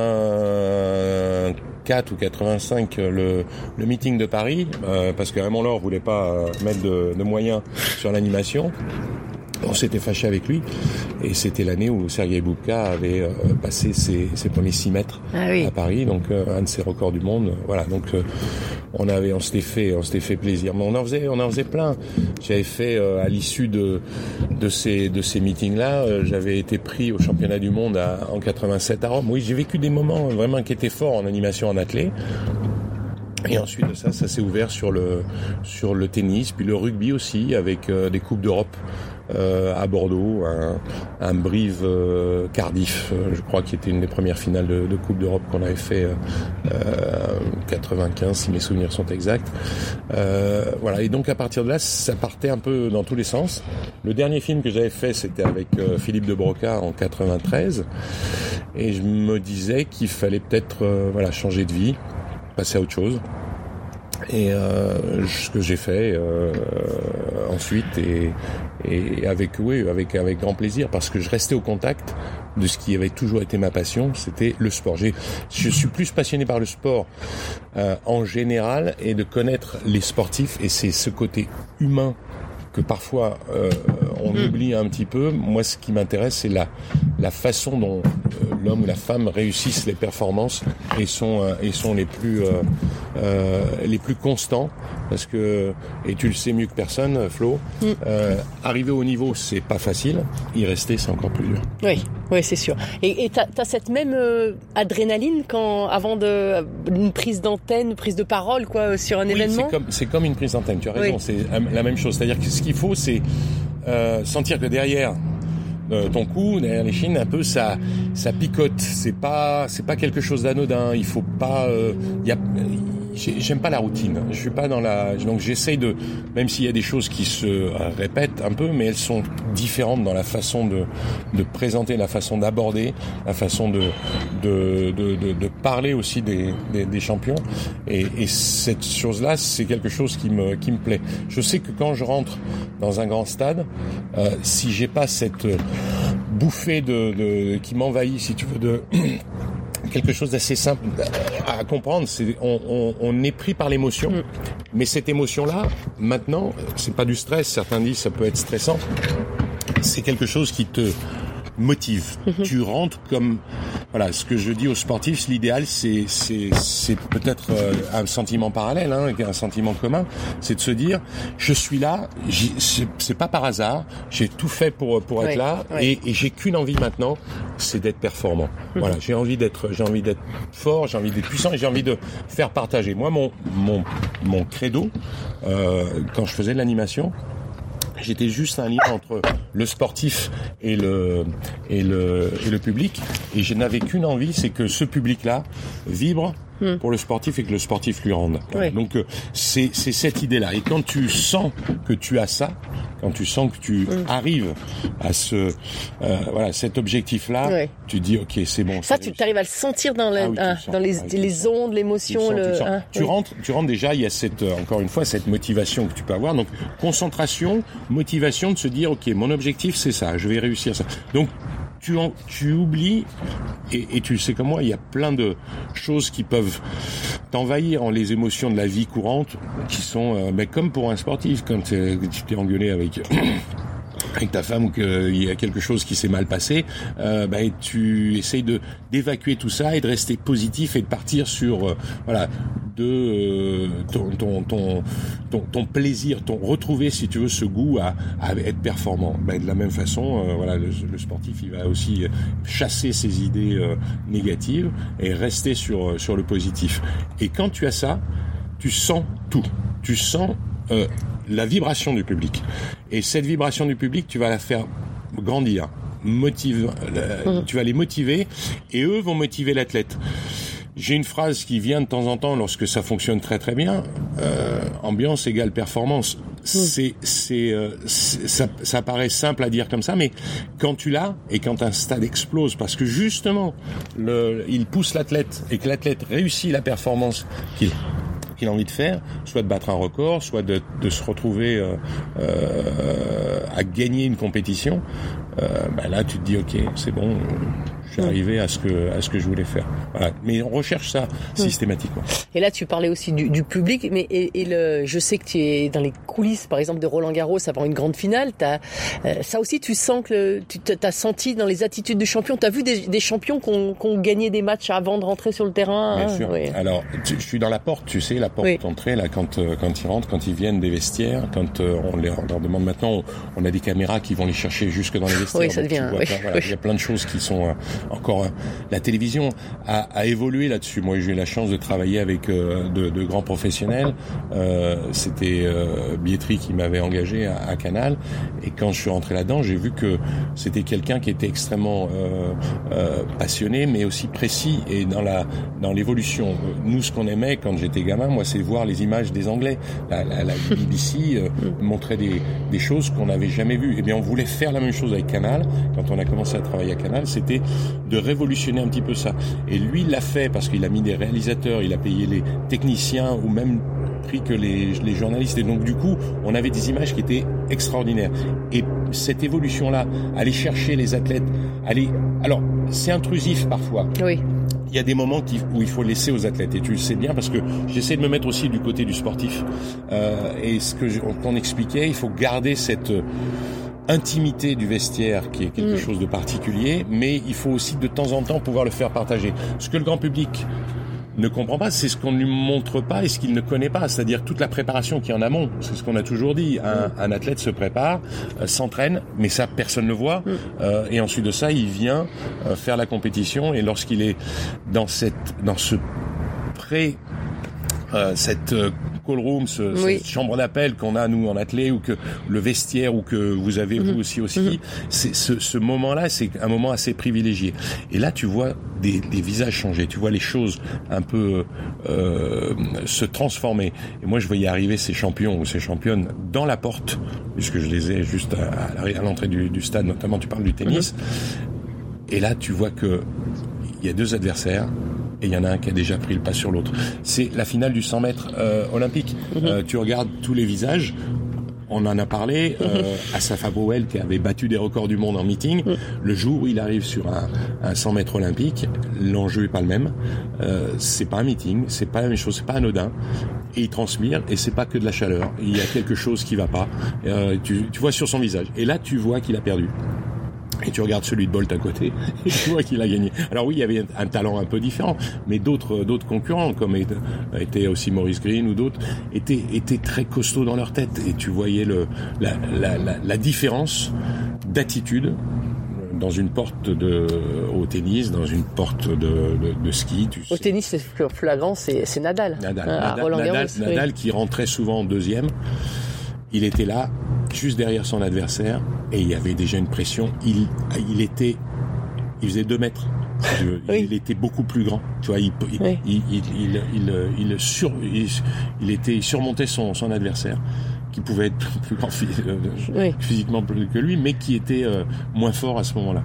quatre-vingt-quatre ou quatre-vingt-cinq le, le meeting de Paris, euh, parce que Raymond Laure voulait pas euh, mettre de, de moyens sur l'animation. On s'était fâché avec lui et c'était l'année où Sergei Bubka avait euh, passé ses, ses premiers six mètres ah oui. à Paris, donc euh, un de ses records du monde. Voilà, donc euh, on avait, on s'était fait, on s'était fait plaisir. Mais on en faisait, on en faisait plein. J'avais fait euh, à l'issue de de ces de ces meetings-là, euh, j'avais été pris au championnat du monde à, en quatre-vingt-sept à Rome. Oui, j'ai vécu des moments vraiment qui étaient forts en animation en athlée. Et ensuite de ça, ça s'est ouvert sur le sur le tennis, puis le rugby aussi, avec euh, des coupes d'Europe euh, à Bordeaux, un, un Brive euh, Cardiff, euh, je crois, qui était une des premières finales de, de Coupe d'Europe qu'on avait fait euh, quatre-vingt-quinze, si mes souvenirs sont exacts. Euh, voilà. Et donc à partir de là, ça partait un peu dans tous les sens. Le dernier film que j'avais fait, c'était avec euh, Philippe de Broca en quatre-vingt-treize, et je me disais qu'il fallait peut-être euh, voilà changer de vie, passer à autre chose. Et euh, ce que j'ai fait euh, ensuite, et, et avec oui, avec avec grand plaisir, parce que je restais au contact de ce qui avait toujours été ma passion, c'était le sport. J'ai, je suis plus passionné par le sport euh, en général, et de connaître les sportifs, et c'est ce côté humain que parfois euh, on mmh. oublie un petit peu. Moi, ce qui m'intéresse, c'est la la façon dont euh, l'homme ou la femme réussissent les performances et sont euh, et sont les plus euh, euh, les plus constants, parce que, et tu le sais mieux que personne, Flo, mmh. euh, arriver au niveau, c'est pas facile. Y rester, c'est encore plus dur. Oui, oui, c'est sûr. Et, et t'as, t'as cette même euh, adrénaline quand avant de une prise d'antenne, une prise de parole, quoi, sur un oui, événement. C'est comme c'est comme une prise d'antenne. Tu as raison. Oui. C'est la même chose. C'est-à-dire que ce qu'il faut, c'est euh, sentir que derrière euh, ton cou, derrière les chines, un peu ça ça picote. C'est pas c'est pas quelque chose d'anodin. Il faut pas. Euh, y a, J'aime pas la routine. Je suis pas dans la. Donc j'essaye de, même s'il y a des choses qui se répètent un peu, mais elles sont différentes dans la façon de de présenter, la façon d'aborder, la façon de de de de, de parler aussi des, des des champions. Et, et cette chose-là, c'est quelque chose qui me qui me plaît. Je sais que quand je rentre dans un grand stade, euh, si j'ai pas cette bouffée de, de qui m'envahit, si tu veux, de quelque chose d'assez simple à comprendre, c'est on, on, on est pris par l'émotion, mmh. mais cette émotion-là, maintenant, c'est pas du stress. Certains disent ça peut être stressant. C'est quelque chose qui te motive. Mmh. Tu rentres comme voilà. Ce que je dis aux sportifs, l'idéal, c'est c'est c'est peut-être euh, un sentiment parallèle, hein, un sentiment commun, c'est de se dire je suis là, c'est, c'est pas par hasard, j'ai tout fait pour pour être oui, là, oui. Et, et j'ai qu'une envie maintenant, c'est d'être performant. Mmh. Voilà, j'ai envie d'être j'ai envie d'être fort, j'ai envie d'être puissant, et j'ai envie de faire partager. Moi, mon mon mon credo euh, quand je faisais de l'animation, j'étais juste un lien entre le sportif et le et le et le public, et je n'avais qu'une envie, c'est que ce public-là vibre mmh. pour le sportif et que le sportif lui rende. Oui. Donc c'est c'est cette idée-là. Et quand tu sens que tu as ça, quand tu sens que tu mmh. arrives à ce euh, voilà cet objectif-là, oui. tu dis ok, c'est bon. Ça, tu arrives à le sentir dans, la, ah oui, hein, dans les ah, les ondes, l'émotion, tu le. Tu, hein, tu oui. rentres, tu rentres déjà. Il y a cette encore une fois cette motivation que tu peux avoir. Donc concentration, motivation de se dire ok, mon objectif c'est ça, je vais réussir ça. Donc tu en, tu oublies, et, et tu le sais comme moi, il y a plein de choses qui peuvent t'envahir en les émotions de la vie courante, qui sont euh, ben, comme pour un sportif, quand euh, tu t'es engueulé avec avec ta femme, ou qu'il y a quelque chose qui s'est mal passé, euh, bah, tu essayes de d'évacuer tout ça et de rester positif et de partir sur euh, voilà de euh, ton, ton ton ton ton plaisir, ton retrouver si tu veux ce goût à, à être performant. Bah, de la même façon, euh, voilà le, le sportif il va aussi chasser ses idées euh, négatives et rester sur sur le positif. Et quand tu as ça, tu sens tout, tu sens euh, la vibration du public. Et cette vibration du public, tu vas la faire grandir, motive, euh, mmh. tu vas les motiver, et eux vont motiver l'athlète. J'ai une phrase qui vient de temps en temps lorsque ça fonctionne très très bien. Euh, ambiance égale performance. Mmh. C'est, c'est, euh, c'est, ça, ça paraît simple à dire comme ça, mais quand tu l'as et quand un stade explose, parce que justement, le, il pousse l'athlète et que l'athlète réussit la performance qu'il qu'il a envie de faire, soit de battre un record, soit de, de se retrouver euh, euh, à gagner une compétition, euh, bah là tu te dis ok, c'est bon, je suis arrivé à ce que à ce que je voulais faire. Voilà. Mais on recherche ça systématiquement. Et là tu parlais aussi du, du public, mais et, et le, je sais que tu es dans les coulisses, par exemple de Roland Garros avant une grande finale. T'as, euh, ça aussi tu sens que tu t'as senti dans les attitudes du champion. T'as vu des, des champions qui ont, qui ont gagné des matchs avant de rentrer sur le terrain. Bien hein, sûr. Oui. Alors tu, je suis dans la porte, tu sais, la porte oui. d'entrée là quand euh, quand ils rentrent, quand ils viennent des vestiaires, quand euh, on, les, on leur demande maintenant, on, on a des caméras qui vont les chercher jusque dans les vestiaires. Oui, ça devient. Vois, oui. Voilà, oui. Il y a plein de choses qui sont encore la télévision a, a évolué là-dessus. Moi, j'ai eu la chance de travailler avec euh, de, de grands professionnels. Euh, c'était euh, Bietri qui m'avait engagé à, à Canal, et quand je suis rentré là-dedans, j'ai vu que c'était quelqu'un qui était extrêmement euh, euh, passionné, mais aussi précis et dans la dans l'évolution. Nous, ce qu'on aimait quand j'étais gamin, moi, c'est voir les images des Anglais. La, la, la B B C euh, montrait des, des choses qu'on n'avait jamais vues. Eh bien, on voulait faire la même chose avec Canal. Quand on a commencé à travailler à Canal, c'était de révolutionner un petit peu ça. Et lui, il l'a fait parce qu'il a mis des réalisateurs, il a payé les techniciens ou même pris que les, les journalistes. Et donc, du coup, on avait des images qui étaient extraordinaires. Et cette évolution-là, aller chercher les athlètes, aller... Alors, c'est intrusif parfois. Oui. Il y a des moments qui, où il faut laisser aux athlètes, et tu le sais bien parce que j'essaie de me mettre aussi du côté du sportif. Euh, et ce que qu'on expliquait, il faut garder cette intimité du vestiaire qui est quelque mmh. chose de particulier, mais il faut aussi de temps en temps pouvoir le faire partager. Ce que le grand public ne comprend pas, c'est ce qu'on ne lui montre pas et ce qu'il ne connaît pas, c'est-à-dire toute la préparation qui est en amont. C'est ce qu'on a toujours dit. Un, un athlète se prépare, euh, s'entraîne, mais ça personne ne le voit. Euh, et ensuite de ça, il vient euh, faire la compétition. Et lorsqu'il est dans cette, dans ce pré, euh, cette euh, call room, ce, oui. cette chambre d'appel qu'on a nous en athlée, ou que le vestiaire, ou que vous avez vous aussi aussi, mm-hmm. c'est ce, ce moment-là, c'est un moment assez privilégié. Et là, tu vois des, des visages changer, tu vois les choses un peu euh, se transformer. Et moi, je voyais arriver ces champions ou ces championnes dans la porte, puisque je les ai juste à, à l'entrée du, du stade, notamment. Tu parles du tennis. Mm-hmm. Et là, tu vois que il y a deux adversaires. Et il y en a un qui a déjà pris le pas sur l'autre. C'est la finale du cent mètres euh, olympique. Mm-hmm. Euh, tu regardes tous les visages. On en a parlé. Euh, mm-hmm. Asaf Abrouel, qui avait battu des records du monde en meeting. Mm-hmm. Le jour où il arrive sur un, un cent mètres olympique, l'enjeu est pas le même. Euh, c'est pas un meeting, c'est pas la même chose, c'est pas anodin. Et il transpire, et c'est pas que de la chaleur. Il y a quelque chose qui va pas. Euh, tu, tu vois sur son visage. Et là, tu vois qu'il a perdu. Et tu regardes celui de Bolt à côté, et tu vois qu'il a gagné. Alors oui, il y avait un talent un peu différent, mais d'autres d'autres concurrents, comme était aussi Maurice Green ou d'autres, étaient étaient très costauds dans leur tête. Et tu voyais le la la la, la différence d'attitude dans une porte de au tennis, dans une porte de de, de ski. Tu au sais. Tennis, c'est flagrant, c'est c'est Nadal. Nadal, ah, Nadal, Roland Nadal, Garros, Nadal oui. qui rentrait souvent en deuxième. Il était là, juste derrière son adversaire, et il y avait déjà une pression. Il, il était, il faisait deux mètres. Il, oui. il était beaucoup plus grand. Tu vois, il, il, oui. il, il, il, il, il, sur, il, il était, il surmontait son, son adversaire, qui pouvait être plus grand oui. physiquement que lui, mais qui était euh, moins fort à ce moment-là.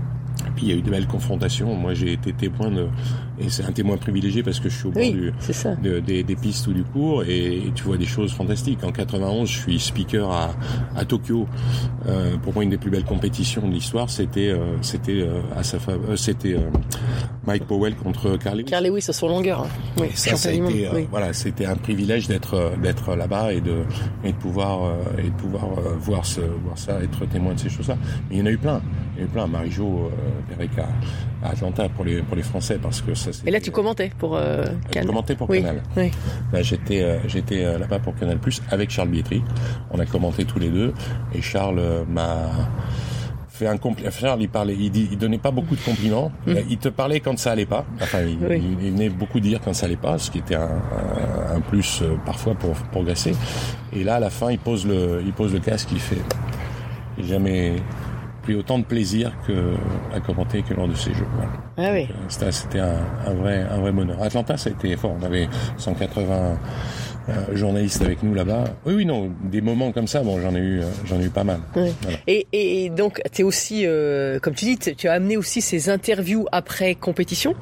Et puis il y a eu de belles confrontations. Moi, j'ai été témoin de, et c'est un témoin privilégié parce que je suis au bord oui, du, de, des, des pistes ou du cours, et, et tu vois des choses fantastiques. En quatre-vingt-onze, je suis speaker à, à Tokyo. Euh, pour moi, une des plus belles compétitions de l'histoire, c'était, euh, c'était, euh, à sa fa... euh, c'était euh, Mike Powell contre Carl Lewis. Carl Lewis sur longueur. Oui, et ça, ça a été, euh, oui. voilà, c'était un privilège d'être, d'être là-bas et de, et de pouvoir, euh, et de pouvoir euh, voir ce, voir ça, être témoin de ces choses-là. Mais il y en a eu plein. Il y en a eu plein. Marie-Jo euh, Pérec à, à Atlanta pour les, pour les Français, parce que ça, c'est. Et là, tu commentais pour euh, Canal. Je commentais pour oui. Canal. Oui. Là, j'étais, euh, j'étais euh, là-bas pour Canal Plus avec Charles Bietri. On a commenté tous les deux, et Charles euh, m'a fait un compliment. Charles, il parlait, il, dit, il donnait pas beaucoup de compliments. Mmh. Il te parlait quand ça allait pas. Enfin, il, oui. il, il venait beaucoup dire quand ça allait pas, ce qui était un, un, un plus euh, parfois pour progresser. Et là, à la fin, il pose le, il pose le casque, il fait. J'ai jamais pris autant de plaisir que à commenter que lors de ces jeux. Voilà. Ah oui. Donc, c'était, c'était un, un vrai, un vrai bonheur. Atlanta, ça a été fort. On avait cent quatre-vingts euh, journalistes avec nous là-bas. Oui, oui, non, des moments comme ça, bon, j'en ai eu, euh, j'en ai eu pas mal. Oui. Voilà. Et, et donc, t'es aussi, euh, comme tu dis, tu as amené aussi ces interviews après compétition,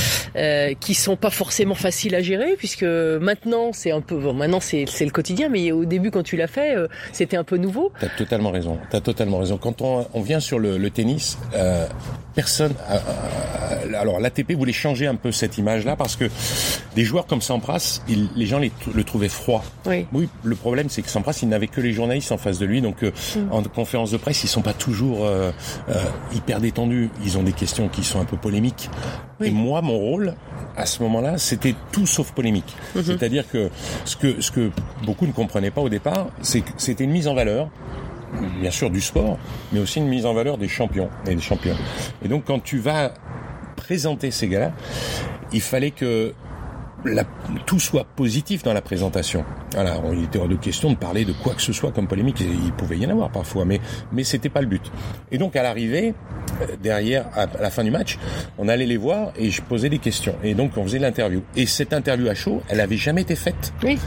euh, qui sont pas forcément faciles à gérer, puisque maintenant, c'est un peu, bon, maintenant c'est, c'est le quotidien, mais au début, quand tu l'as fait, euh, c'était un peu nouveau. T'as totalement raison. T'as totalement raison. Quand on, on vient sur le, le tennis, euh, personne, euh, euh, alors l'A T P voulait changer un peu cette image-là, parce que des joueurs comme Sampras, il, les gens les, le trouvaient froid. Oui. Oui. Le problème, c'est que Sampras, il n'avait que les journalistes en face de lui, donc euh, mm. en conférence de presse, ils sont pas toujours euh, euh, hyper détendus. Ils ont des questions qui sont un peu polémiques. Oui. Et moi, mon rôle à ce moment-là, c'était tout sauf polémique. Mm-hmm. C'est-à-dire que ce que ce que beaucoup ne comprenaient pas au départ, c'est que c'était une mise en valeur bien sûr du sport, mais aussi une mise en valeur des champions et des champions. Et donc quand tu vas présenter ces gars-là, il fallait que La, tout soit positif dans la présentation. Voilà, il était hors de question de parler de quoi que ce soit comme polémique. Il pouvait y en avoir parfois, mais mais c'était pas le but. Et donc à l'arrivée, derrière, à la fin du match, on allait les voir et je posais des questions. Et donc on faisait l'interview. Et cette interview à chaud, elle avait jamais été faite. Oui.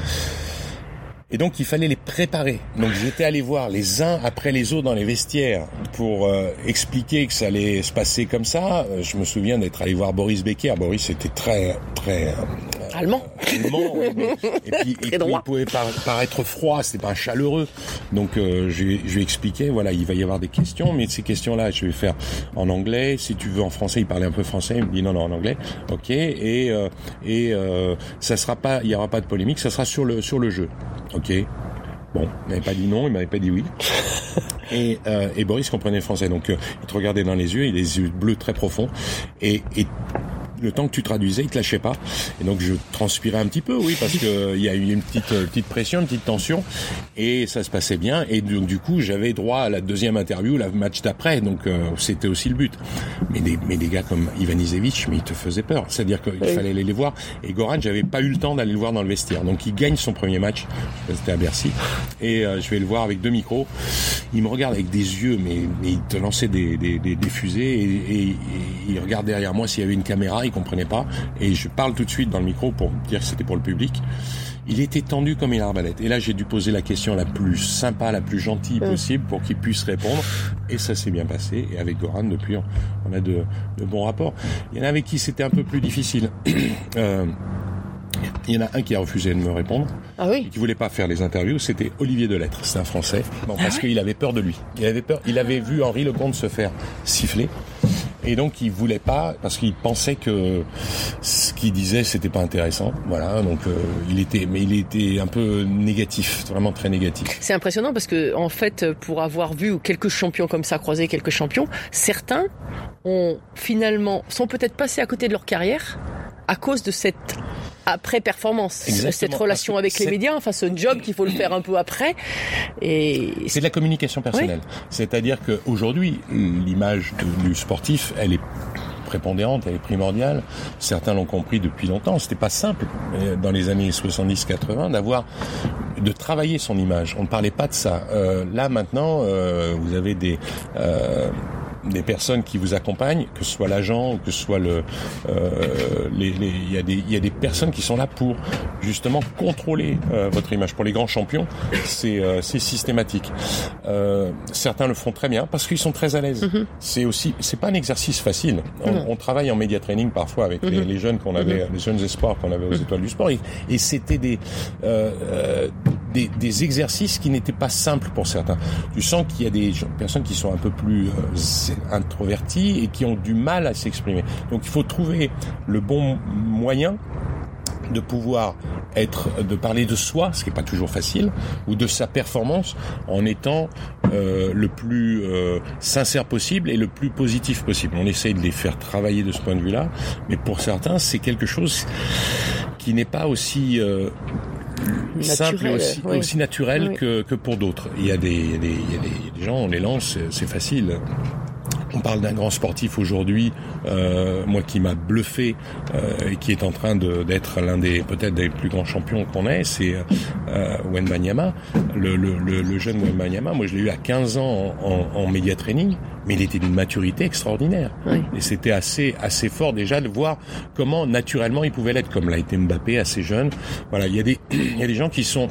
Et donc il fallait les préparer. Donc j'étais allé voir les uns après les autres dans les vestiaires pour euh, expliquer que ça allait se passer comme ça. Euh, je me souviens d'être allé voir Boris Becker. Boris était très très euh, allemand. allemand oui, mais, et puis, et puis il pouvait par, paraître froid, c'était pas chaleureux. Donc euh, je, je lui ai expliqué, voilà, il va y avoir des questions, mais ces questions-là, je vais faire en anglais. Si tu veux en français, il parlait un peu français. Il me dit non non en anglais. Ok. Et euh, et euh, ça sera pas, il y aura pas de polémique. Ça sera sur le sur le jeu. Ok. Bon, il m'avait pas dit non, il m'avait pas dit oui. Et, euh, et Boris comprenait le français, donc euh, il te regardait dans les yeux, il a des yeux bleus très profonds, et, et le temps que tu traduisais, il te lâchait pas. Et donc je transpirais un petit peu, oui, parce que il y a eu une petite euh, petite pression, une petite tension, et ça se passait bien. Et donc du coup, j'avais droit à la deuxième interview, le match d'après. Donc euh, c'était aussi le but. Mais des mais des gars comme Ivanisevic, mais ils te faisaient peur. C'est-à-dire qu'il oui. fallait aller les voir. Et Goran, j'avais pas eu le temps d'aller le voir dans le vestiaire. Donc il gagne son premier match, c'était à Bercy, et euh, je vais le voir avec deux micros. Il me regarde avec des yeux, mais mais il te lançait des des des, des fusées, et, et, et il regarde derrière moi s'il y avait une caméra. Il comprenait pas, et je parle tout de suite dans le micro pour dire que c'était pour le public. Il était tendu comme une arbalète, et là j'ai dû poser la question la plus sympa, la plus gentille possible pour qu'il puisse répondre, et ça s'est bien passé. Et avec Goran, depuis, on a de, de bons rapports. Il y en a avec qui c'était un peu plus difficile. euh, Il y en a un qui a refusé de me répondre, ah oui. et qui voulait pas faire les interviews. C'était Olivier Delettre, c'est un Français, bon, parce ah ouais. qu'il avait peur de lui. Il avait peur. Il avait vu Henri Lecomte se faire siffler, et donc il voulait pas, parce qu'il pensait que ce qu'il disait c'était pas intéressant. Voilà, donc euh, il était, mais il était un peu négatif, vraiment très négatif. C'est impressionnant parce que en fait, pour avoir vu quelques champions comme ça croiser quelques champions, certains ont finalement sont peut-être passés à côté de leur carrière à cause de cette après-performance, Exactement. Cette relation avec c'est... les médias, enfin ce job qu'il faut le faire un peu après. Et c'est de la communication personnelle. Oui. C'est-à-dire qu'aujourd'hui, l'image de, du sportif, elle est prépondérante, elle est primordiale. Certains l'ont compris depuis longtemps. C'était pas simple dans les années soixante-dix quatre-vingts d'avoir, de travailler son image. On ne parlait pas de ça. Euh, là maintenant, euh, vous avez des euh, des personnes qui vous accompagnent, que ce soit l'agent ou que ce soit le, euh, les, les, il y a des, il y a des personnes qui sont là pour justement contrôler euh, votre image. Pour les grands champions, c'est, euh, c'est systématique. Euh, certains le font très bien parce qu'ils sont très à l'aise. Mm-hmm. C'est aussi, c'est pas un exercice facile. On, mm-hmm. on travaille en média training parfois avec mm-hmm. les, les jeunes qu'on avait, mm-hmm. les jeunes espoirs qu'on avait aux mm-hmm. Étoiles du Sport, et, et c'était des, euh, euh, des, des exercices qui n'étaient pas simples pour certains. Tu sens qu'il y a des personnes qui sont un peu plus euh, introvertis et qui ont du mal à s'exprimer. Donc il faut trouver le bon moyen de pouvoir être, de parler de soi, ce qui n'est pas toujours facile, ou de sa performance, en étant euh, le plus euh, sincère possible et le plus positif possible. On essaye de les faire travailler de ce point de vue-là, mais pour certains, c'est quelque chose qui n'est pas aussi euh, naturel, simple et aussi, oui. aussi naturel oui. que, que pour d'autres. Il y a des, il y a des, il y a des, il y a des gens, on les lance, c'est, c'est facile. On parle d'un grand sportif aujourd'hui, euh, moi qui m'a bluffé euh, et qui est en train de, d'être l'un des peut-être des plus grands champions qu'on ait, c'est euh, Wembanyama, le, le, le, le jeune Wembanyama. Moi, je l'ai eu à quinze ans en, en, en média training, mais il était d'une maturité extraordinaire. Oui. Et c'était assez assez fort déjà de voir comment naturellement il pouvait l'être, comme l'a été Mbappé assez jeune. Voilà, il y a des il y a des gens qui sont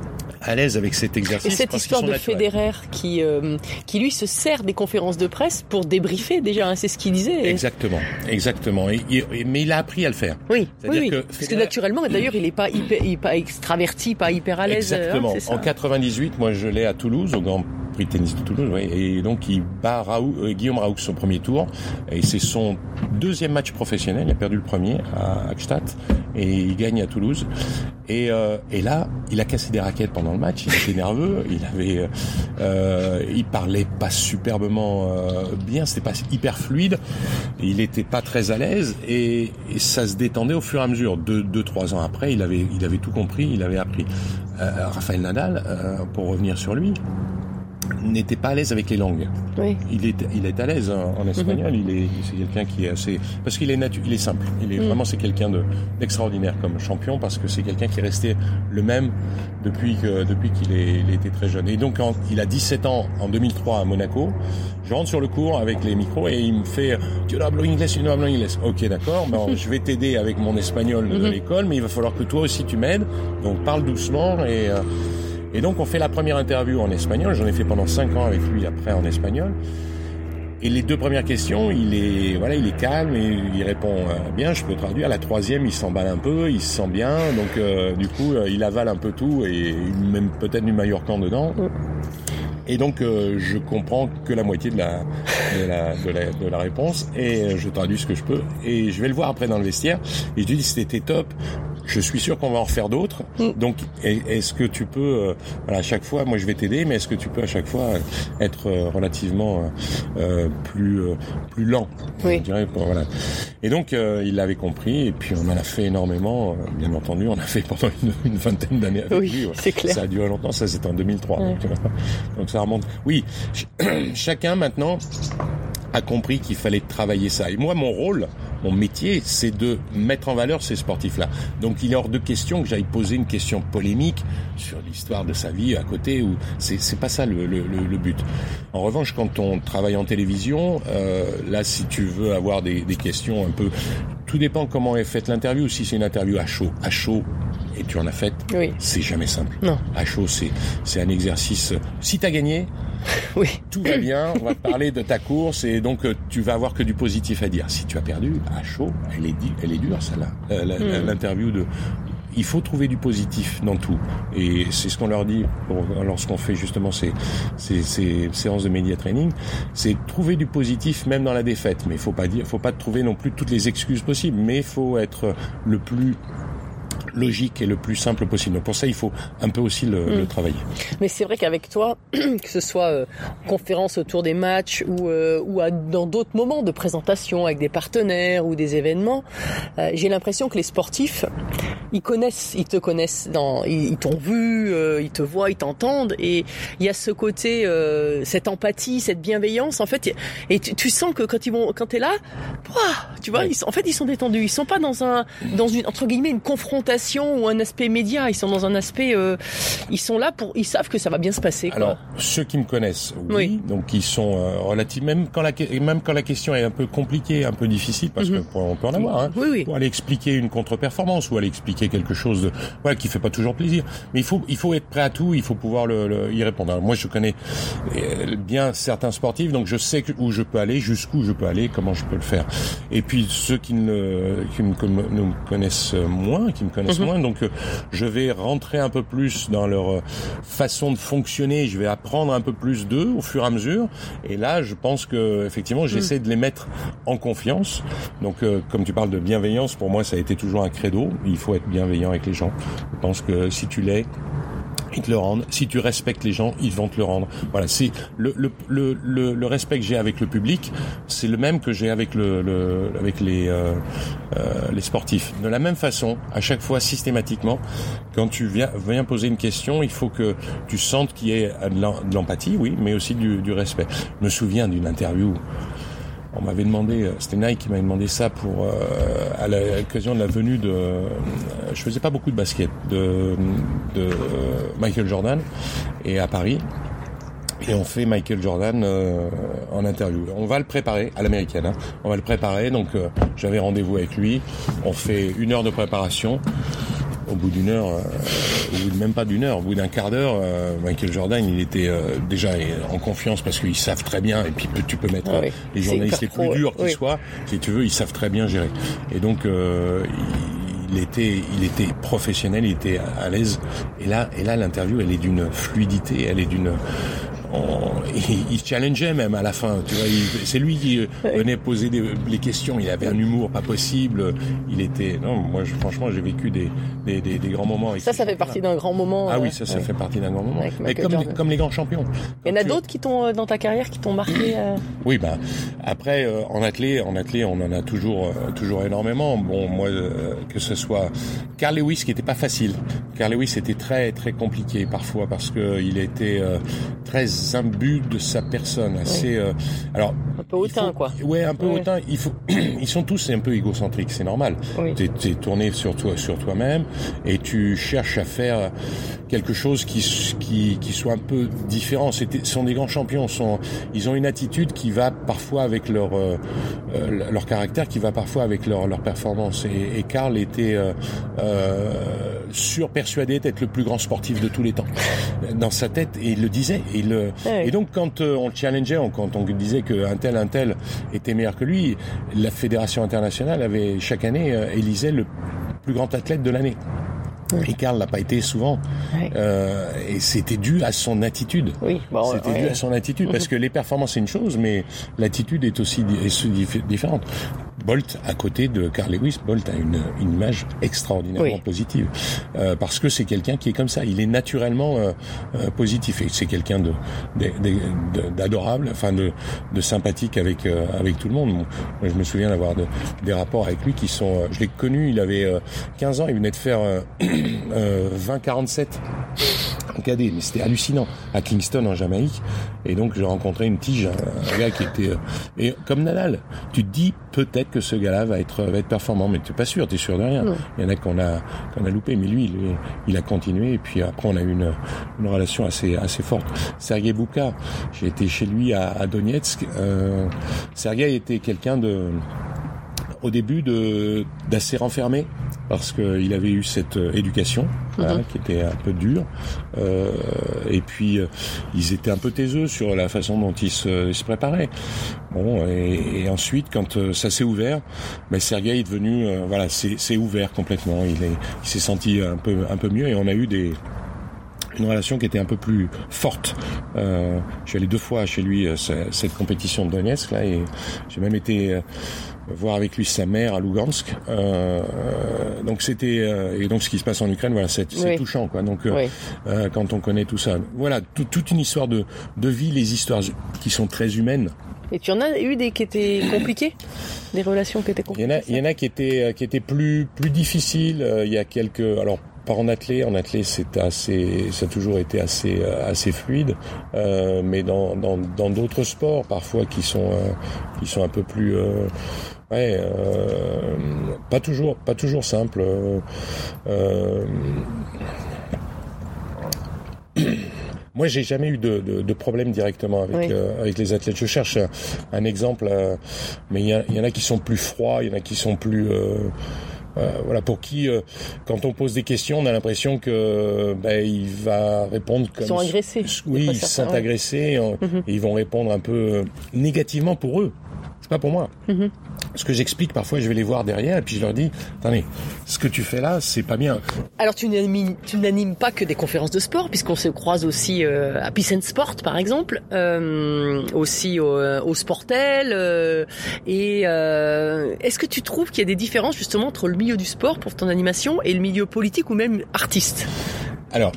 à l'aise avec cet exercice. Et cette histoire de naturels. Federer qui euh, qui lui se sert des conférences de presse pour débriefer déjà, hein, c'est ce qu'il disait. Exactement, exactement. Et, et, mais il a appris à le faire. Oui, c'est-à-dire oui, oui. que Federer... parce que naturellement, d'ailleurs, il est pas hyper, hyper extraverti, pas hyper à l'aise. Exactement. Hein, c'est ça. En quatre-vingt-dix-huit, moi, je l'ai à Toulouse au Grand Prix de tennis de Toulouse, oui, et donc il bat Raoult, euh, Guillaume Raoult son premier tour, et c'est son deuxième match professionnel. Il a perdu le premier à Hackstatt et il gagne à Toulouse. Et, euh, et là, il a cassé des raquettes pendant le match. Il était nerveux. Il avait, euh, il parlait pas superbement euh, bien. C'était pas hyper fluide. Il était pas très à l'aise et, et ça se détendait au fur et à mesure. Deux, deux, trois ans après, il avait, il avait tout compris. Il avait appris. Euh, Rafael Nadal, euh, pour revenir sur lui. n'était pas à l'aise avec les langues. Oui. Il est, il est à l'aise hein, en espagnol. Mm-hmm. Il est, c'est quelqu'un qui est assez, parce qu'il est natu- il est simple. Il est mm. vraiment, c'est quelqu'un de, d'extraordinaire comme champion parce que c'est quelqu'un qui est resté le même depuis que, depuis qu'il est, il était très jeune. Et donc, quand il a dix-sept ans en deux mille trois à Monaco, je rentre sur le cours avec les micros et il me fait, tu dois hablar inglés, tu dois hablar inglés. Ok, d'accord. Ben, je vais t'aider avec mon espagnol de mm-hmm. l'école, mais il va falloir que toi aussi tu m'aides. Donc, parle doucement et, euh, Et donc, on fait la première interview en espagnol. J'en ai fait pendant cinq ans avec lui après en espagnol. Et les deux premières questions, il est, voilà, il est calme et il répond euh, bien. Je peux traduire. La troisième, il s'emballe un peu, il se sent bien. Donc, euh, du coup, euh, il avale un peu tout et même peut-être du Mallorcan dedans. Et donc, euh, je comprends que la moitié de la, de la, de la, de la réponse et je traduis ce que je peux. Et je vais le voir après dans le vestiaire. Et je lui dis, c'était top. Je suis sûr qu'on va en refaire d'autres. Mm. Donc, est-ce que tu peux, euh, voilà, à chaque fois, moi je vais t'aider, mais est-ce que tu peux à chaque fois être euh, relativement euh, plus euh, plus lent, oui. je dirais, pour, voilà. Et donc, euh, il l'avait compris, et puis on en a fait énormément. Euh, bien entendu, on a fait pendant une, une vingtaine d'années avec oui, lui. Ouais. C'est clair. Ça a duré longtemps. Ça, c'était en deux mille trois. Ouais. Donc, donc, ça remonte. Oui, ch- chacun maintenant a compris qu'il fallait travailler ça. Et moi, mon rôle, mon métier, c'est de mettre en valeur ces sportifs-là. Donc, il est hors de question que j'aille poser une question polémique sur l'histoire de sa vie à côté. Ou c'est, c'est pas ça le, le, le but. En revanche, quand on travaille en télévision, euh, là, si tu veux avoir des, des questions un peu, tout dépend comment est faite l'interview. Si c'est une interview à chaud, à chaud, et tu en as fait, oui. c'est jamais simple. Non. À chaud, c'est, c'est un exercice. Si t'as gagné, oui. tout va bien, on va te parler de ta course et donc euh, tu vas avoir que du positif à dire. Si tu as perdu, à chaud, elle est, elle est dure celle-là. Euh, la, mm. L'interview de... Il faut trouver du positif dans tout. Et c'est ce qu'on leur dit pour, lorsqu'on fait justement ces, ces, ces séances de média training. C'est trouver du positif même dans la défaite. Mais il faut pas dire, faut pas trouver non plus toutes les excuses possibles. Mais il faut être le plus logique et le plus simple possible. Donc pour ça, il faut un peu aussi le, mmh. le travailler. Mais c'est vrai qu'avec toi, que ce soit euh, conférence autour des matchs ou, euh, ou à, dans d'autres moments de présentation avec des partenaires ou des événements, euh, j'ai l'impression que les sportifs, ils connaissent, ils te connaissent, dans, ils, ils t'ont vu, euh, ils te voient, ils t'entendent, et il y a ce côté, euh, cette empathie, cette bienveillance, en fait, et tu, tu sens que quand ils vont, quand t'es là, ouah, tu vois, ouais. ils, en fait, ils sont détendus, ils sont pas dans un, dans une entre guillemets une confrontation ou un aspect média, ils sont dans un aspect, euh, ils sont là pour, ils savent que ça va bien se passer. Quoi. Alors ceux qui me connaissent, oui, oui. donc ils sont euh, relativement, même quand la même quand la question est un peu compliquée, un peu difficile, parce mm-hmm. que pour, on peut en avoir, hein, oui, oui. pour aller expliquer une contre-performance ou aller expliquer quelque chose, de, voilà, qui fait pas toujours plaisir. Mais il faut, il faut être prêt à tout, il faut pouvoir le, le, y répondre. Alors, moi, je connais bien certains sportifs, donc je sais où je peux aller, jusqu'où je peux aller, comment je peux le faire. Et puis ceux qui ne, qui me, me connaissent moins, qui me connaissent mm-hmm. moins, donc euh, je vais rentrer un peu plus dans leur euh, façon de fonctionner, je vais apprendre un peu plus d'eux au fur et à mesure. Et là, je pense que effectivement, j'essaie mm. de les mettre en confiance. Donc, euh, comme tu parles de bienveillance, pour moi, ça a été toujours un credo. Il faut être bienveillant avec les gens. Je pense que si tu l'es, ils te le rendent. Si tu respectes les gens, ils vont te le rendre. Voilà, c'est le le le le, le respect que j'ai avec le public, c'est le même que j'ai avec le, le avec les euh, euh, les sportifs. De la même façon, à chaque fois, systématiquement, quand tu viens viens poser une question, il faut que tu sentes qu'il y ait de l'empathie, oui, mais aussi du, du respect. Je me souviens d'une interview. On m'avait demandé, c'était Nike qui m'avait demandé ça pour euh, à l'occasion de la venue de, euh, je faisais pas beaucoup de basket, de, de euh, Michael Jordan, et à Paris, et on fait Michael Jordan euh, en interview. On va le préparer à l'américaine, hein. On va le préparer, donc euh, j'avais rendez-vous avec lui. On fait une heure de préparation. Au bout d'une heure, euh, au bout de même pas d'une heure, au bout d'un quart d'heure, euh, Michael Jordan, il était euh, déjà en confiance parce qu'ils savent très bien, et puis tu peux mettre ah oui. les journalistes les plus durs qu'ils oui. soient, si tu veux, ils savent très bien gérer. Et donc, euh, il, il était, il était professionnel, il était à l'aise. Et là, et là, l'interview, elle est d'une fluidité, elle est d'une On, il, il challengeait même à la fin, tu vois, il, c'est lui qui venait poser des, les questions, il avait un humour pas possible, il était, non, moi je, franchement j'ai vécu des, des, des, des grands moments. Avec ça, ça fait partie d'un grand moment. Ah oui, ça, ça ouais. fait partie d'un grand moment. Mais comme, les, comme les grands champions. Il y en a d'autres qui t'ont, dans ta carrière, qui t'ont marqué euh... Oui, ben, après, euh, en athlée, en athlée, on en a toujours, euh, toujours énormément. Bon, moi, euh, que ce soit Carl Lewis, qui était pas facile. Carl Lewis était très, très compliqué parfois parce que il était euh, très imbus de sa personne, assez. Euh, alors un peu hautain, faut, quoi. Ouais, un peu ouais. hautain. Il faut. Ils sont tous un peu égocentriques, c'est normal. Oui. T'es, t'es tourné sur toi, sur toi-même, et tu cherches à faire quelque chose qui qui qui soit un peu différent. C'était, sont des grands champions. Sont, ils ont une attitude qui va parfois avec leur euh, leur caractère, qui va parfois avec leur leur performance. Et, et Karl était euh, euh, sûr, persuadé d'être le plus grand sportif de tous les temps dans sa tête, et il le disait. Et, il, ouais. et donc quand euh, on le challengeait, on, quand on disait qu'un tel, un tel était meilleur que lui, la fédération internationale avait chaque année euh, élisait le plus grand athlète de l'année. Et Karl l'a pas été souvent, ouais. euh, et c'était dû à son attitude. Oui, bon, c'était ouais. dû à son attitude, parce que les performances c'est une chose, mais l'attitude est aussi est différente. Bolt, à côté de Carl Lewis, Bolt a une, une image extraordinairement oui. positive, euh, parce que c'est quelqu'un qui est comme ça. Il est naturellement euh, euh, positif, et c'est quelqu'un de, de, de, de d'adorable, enfin de, de sympathique avec euh, avec tout le monde. Moi, je me souviens d'avoir de, des rapports avec lui qui sont. Euh, je l'ai connu, il avait euh, quinze ans, il venait de faire euh, euh, vingt quarante-sept en cadet, mais c'était hallucinant, à Kingston en Jamaïque. Et donc j'ai rencontré une tige, un, un gars qui était euh, et comme Nadal, tu te dis peut-être que ce gars-là va être va être performant, mais t'es pas sûr, t'es sûr de rien. Non. Il y en a qu'on a qu'on a loupé, mais lui il, il a continué, et puis après on a eu une une relation assez assez forte. Sergei Bubka, j'ai été chez lui à, à Donetsk. Euh, Sergei était quelqu'un de au début de d'assez renfermé, parce que il avait eu cette euh, éducation voilà, mm-hmm. qui était un peu dure, euh, et puis euh, ils étaient un peu taiseux sur la façon dont ils se, ils se préparaient. Bon, et, et ensuite quand euh, ça s'est ouvert, ben Sergei est devenu euh, voilà, c'est c'est ouvert complètement. Il est, il s'est senti un peu un peu mieux, et on a eu des une relation qui était un peu plus forte. Euh, je suis allé deux fois chez lui euh, cette compétition de Donetsk là, et j'ai même été euh, voir avec lui sa mère à Lugansk. Euh, donc c'était euh, et donc ce qui se passe en Ukraine, voilà, c'est, c'est oui. touchant, quoi. Donc euh, oui. euh, quand on connaît tout ça, voilà, tout, toute une histoire de de vie, les histoires qui sont très humaines. Et tu en as eu des qui étaient compliquées, des relations qui étaient compliquées. Il y en a, il y en a qui étaient qui étaient plus plus difficiles. Euh, il y a quelques, alors pas en athlée, en athlée c'est assez, ça a toujours été assez assez fluide, euh, mais dans dans dans d'autres sports parfois qui sont euh, qui sont un peu plus euh, ouais euh, pas toujours pas toujours simple. Euh, euh, Moi, j'ai jamais eu de, de, de problème directement avec oui. euh, avec les athlètes. Je cherche un, un exemple, euh, mais il y, y en a qui sont plus froids, il y en a qui sont plus euh, euh, voilà, pour qui euh, quand on pose des questions, on a l'impression que ben il va répondre comme ils sont agressés. Oui, ils se sentent agressés, ouais. mm-hmm. et ils vont répondre un peu euh, négativement pour eux. C'est pas pour moi. Mm-hmm. Ce que j'explique parfois, je vais les voir derrière et puis je leur dis, attendez, ce que tu fais là, c'est pas bien. Alors tu n'animes, tu n'animes pas que des conférences de sport, puisqu'on se croise aussi euh, à Peace and Sport par exemple, euh, aussi au, au Sportel. Euh, et euh, est-ce que tu trouves qu'il y a des différences justement entre le milieu du sport pour ton animation et le milieu politique ou même artiste ? Alors,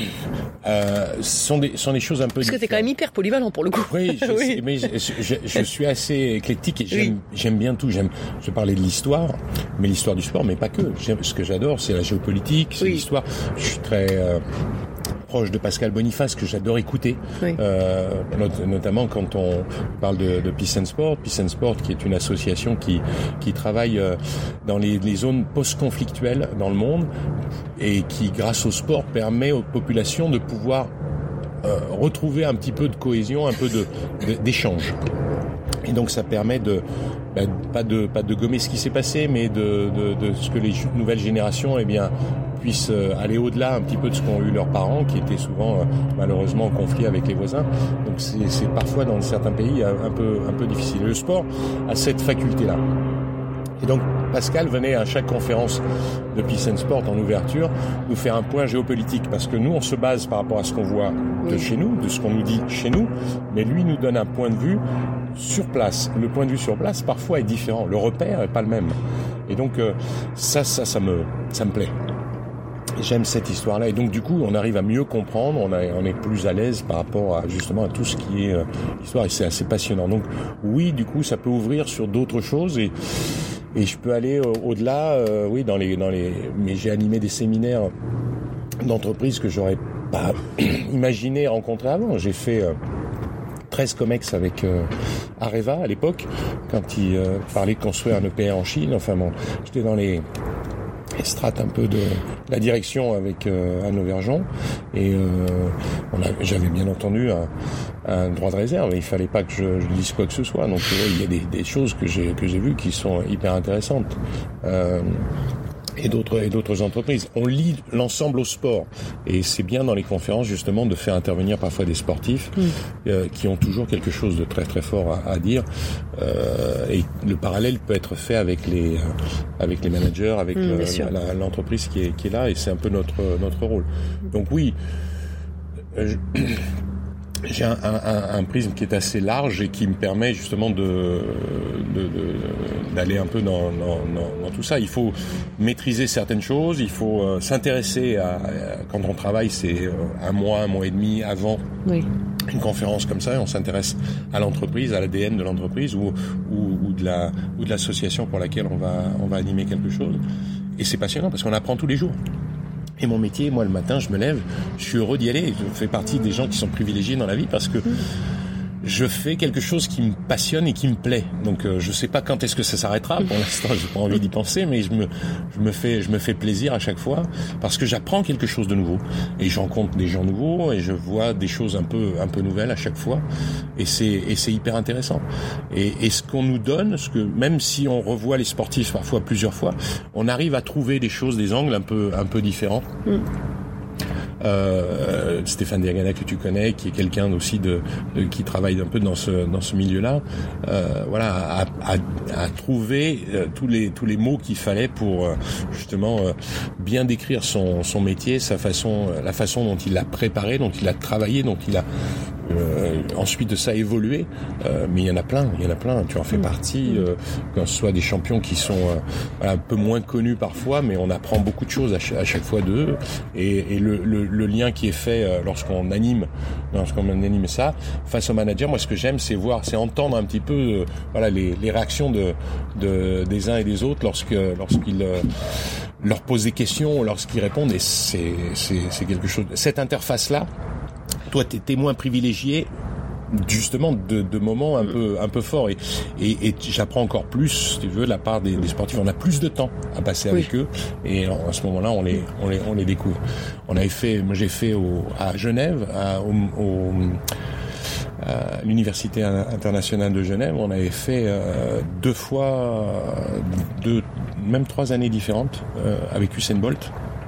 euh, ce sont des, ce sont des choses un peu. Parce que t'es quand même hyper polyvalent pour le coup. Oui, je, oui. Sais, mais je, je, je suis assez éclectique et j'aime, oui. j'aime bien tout. J'aime, je parlais de l'histoire, mais l'histoire du sport, mais pas que. J'aime, ce que j'adore, c'est la géopolitique, c'est oui. l'histoire. Je suis très euh, proche de Pascal Boniface, que j'adore écouter, oui. euh, not- notamment quand on parle de, de Peace and Sport. Peace and Sport, qui est une association qui qui travaille euh, dans les, les zones post-conflictuelles dans le monde et qui, grâce au sport, permet aux populations de pouvoir euh, retrouver un petit peu de cohésion, un peu de, de d'échange. Et donc ça permet de ben, pas de pas de gommer ce qui s'est passé, mais de de, de ce que les nouvelles générations eh bien puissent aller au-delà un petit peu de ce qu'ont eu leurs parents, qui étaient souvent euh, malheureusement en conflit avec les voisins. Donc c'est, c'est parfois dans certains pays un, un peu un peu difficile. Le sport a cette faculté-là. Et donc Pascal venait à chaque conférence de Peace and Sport en ouverture nous faire un point géopolitique, parce que nous on se base par rapport à ce qu'on voit de chez nous, de ce qu'on nous dit chez nous, mais lui nous donne un point de vue sur place. Le point de vue sur place parfois est différent, le repère est pas le même. Et donc euh, ça ça ça me ça me plaît. J'aime cette histoire-là, et donc du coup on arrive à mieux comprendre, on, a, on est plus à l'aise par rapport à justement à tout ce qui est euh, histoire, et c'est assez passionnant. Donc oui, du coup ça peut ouvrir sur d'autres choses, et et je peux aller euh, au-delà. Euh, oui, dans les dans les, mais j'ai animé des séminaires d'entreprises que j'aurais pas imaginé rencontrer avant. J'ai fait euh, treize comex avec euh, Areva à l'époque, quand il euh, parlait de construire un E P R en Chine. Enfin bon, j'étais dans les, les strates un peu de la direction avec euh, Anne Auvergeon, et euh, on a, j'avais bien entendu un, un droit de réserve, et il fallait pas que je, je dise quoi que ce soit. Donc ouais, il y a des, des choses que j'ai que j'ai vues qui sont hyper intéressantes. Euh, et d'autres et d'autres entreprises. On lie l'ensemble au sport, et c'est bien dans les conférences justement de faire intervenir parfois des sportifs mmh. euh, qui ont toujours quelque chose de très très fort à, à dire, euh, et le parallèle peut être fait avec les euh, avec les managers, avec mmh, le, la, l'entreprise qui est qui est là, et c'est un peu notre notre rôle. Donc oui, je, j'ai un, un, un prisme qui est assez large et qui me permet justement de, de, de d'aller un peu dans, dans, dans, dans tout ça. Il faut maîtriser certaines choses, il faut euh, s'intéresser à, à quand on travaille, c'est euh, un mois, un mois et demi avant oui. une conférence comme ça, et on s'intéresse à l'entreprise, à l'A D N de l'entreprise ou, ou, ou de la ou de l'association pour laquelle on va on va animer quelque chose. Et c'est passionnant parce qu'on apprend tous les jours. Et mon métier, moi, le matin, je me lève, je suis heureux d'y aller. Je fais partie des gens qui sont privilégiés dans la vie parce que je fais quelque chose qui me passionne et qui me plaît. Donc, euh, je sais pas quand est-ce que ça s'arrêtera. Pour l'instant, j'ai pas envie d'y penser, mais je me, je me fais, je me fais plaisir à chaque fois parce que j'apprends quelque chose de nouveau et je rencontre des gens nouveaux et je vois des choses un peu, un peu nouvelles à chaque fois. Et c'est, et c'est hyper intéressant. Et, et ce qu'on nous donne, ce que même si on revoit les sportifs parfois plusieurs fois, on arrive à trouver des choses, des angles un peu, un peu différents. Mm. Euh, Stéphane Diagana que tu connais, qui est quelqu'un aussi de, de qui travaille un peu dans ce dans ce milieu-là, euh, voilà, à, à, à trouver euh, tous les tous les mots qu'il fallait pour euh, justement euh, bien décrire son son métier, sa façon, la façon dont il l'a préparé, dont il a travaillé, dont il a euh, ensuite de ça évolué. Euh, mais il y en a plein, il y en a plein. Tu en fais partie, euh, que ce soit des champions qui sont euh, voilà, un peu moins connus parfois, mais on apprend beaucoup de choses à, ch- à chaque fois d'eux. Et, et le, le le lien qui est fait euh, lorsqu'on anime, lorsqu'on anime ça face au manager, moi ce que j'aime c'est voir, c'est entendre un petit peu euh, voilà les, les réactions de, de des uns et des autres lorsque lorsqu'ils euh, leur posent des questions, lorsqu'ils répondent, et c'est c'est c'est quelque chose. Cette interface là, toi t'es témoin privilégié justement de, de moments un peu un peu forts, et, et, et j'apprends encore plus, si tu veux, de la part des, des sportifs. On a plus de temps à passer oui. avec eux, et à ce moment-là on les on les on les découvre. On avait fait, moi j'ai fait au, à Genève, à, au, au à l'université internationale de Genève, on avait fait euh, deux fois deux même trois années différentes euh, avec Usain Bolt.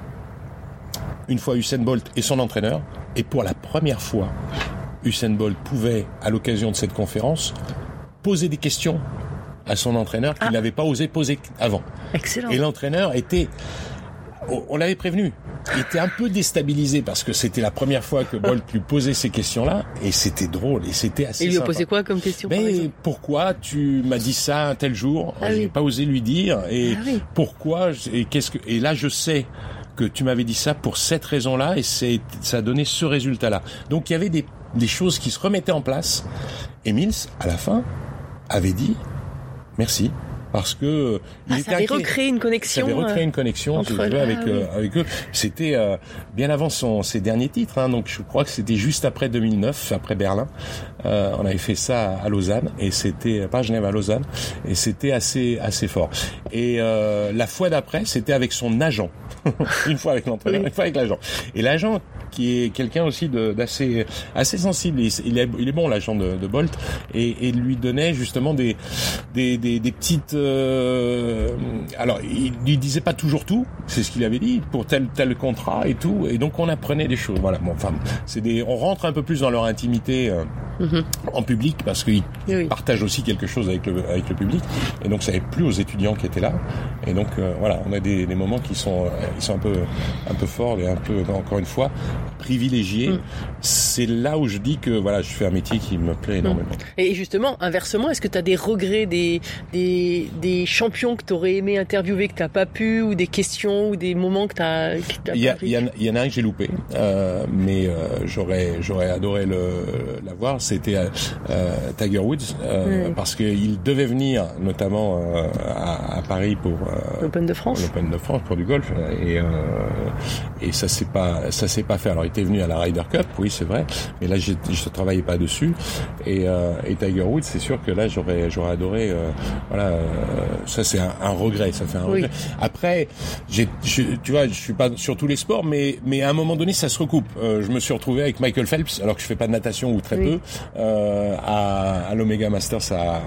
Une fois Usain Bolt et son entraîneur, et pour la première fois Usain Bolt pouvait, à l'occasion de cette conférence, poser des questions à son entraîneur qu'il ah. n'avait pas osé poser avant. Excellent. Et l'entraîneur était, on l'avait prévenu, il était un peu déstabilisé parce que c'était la première fois que Bolt lui posait ces questions-là, et c'était drôle, et c'était assez sympa. Et il lui a sympa. posé quoi comme question? Mais pourquoi tu m'as dit ça un tel jour? Ah, J'ai oui. pas osé lui dire, et ah, oui. pourquoi, et qu'est-ce que, et là je sais que tu m'avais dit ça pour cette raison-là, et c'est, ça a donné ce résultat-là. Donc il y avait des des choses qui se remettaient en place. Et Mills, à la fin, avait dit merci, parce que ah, il ça avait recréé une connexion. Ça avait recréé une connexion entre eux, avec ah, euh, oui. avec eux. C'était euh, bien avant son ses derniers titres, hein, donc je crois que c'était juste après deux mille neuf, après Berlin. Euh, on avait fait ça à Lausanne, et c'était pas à Genève, à Lausanne, et c'était assez assez fort. Et euh, la fois d'après, c'était avec son agent. Une fois avec l'entraîneur, oui. une fois avec l'agent. Et l'agent, qui est quelqu'un aussi de, d'assez assez sensible, il est, il est bon, l'agent de, de Bolt, et, et lui donnait justement des des des, des petites. Euh, alors, il lui disait pas toujours tout, c'est ce qu'il avait dit pour tel tel contrat et tout, et donc on apprenait des choses. Voilà, bon, enfin, c'est des, on rentre un peu plus dans leur intimité euh, mm-hmm. en public parce qu'ils oui. partagent aussi quelque chose avec le avec le public, et donc ça n'est plus aux étudiants qui étaient là, et donc euh, voilà, on a des, des moments qui sont ils sont un peu un peu forts et un peu, encore une fois, privilégiés. Mm. C'est là où je dis que voilà, je fais un métier qui me plaît énormément. Mm. Et justement, inversement, est-ce que tu as des regrets, des des des champions que tu aurais aimé interviewer, que tu n'as pas pu, ou des questions ou des moments que tu as Il y, a, il y, en, il y en a un que j'ai loupé, euh, mais euh, j'aurais j'aurais adoré le l'avoir. c'était euh, Tiger Woods, euh, mmh. parce qu'il devait venir notamment euh, à, à Paris pour euh, l'Open de France, l'Open de France pour du golf, et euh, et ça s'est pas ça s'est pas fait. Alors il était venu à la Ryder Cup, oui c'est vrai, mais là je je travaillais pas dessus, et, euh, et Tiger Woods, c'est sûr que là j'aurais j'aurais adoré, euh, voilà, euh, ça c'est un, un regret, ça fait un regret. Oui. Après, j'ai, je, tu vois, je suis pas sur tous les sports, mais mais à un moment donné ça se recoupe. Euh, je me suis retrouvé avec Michael Phelps, alors que je fais pas de natation ou très oui. peu, euh, à, à l'Omega Masters à,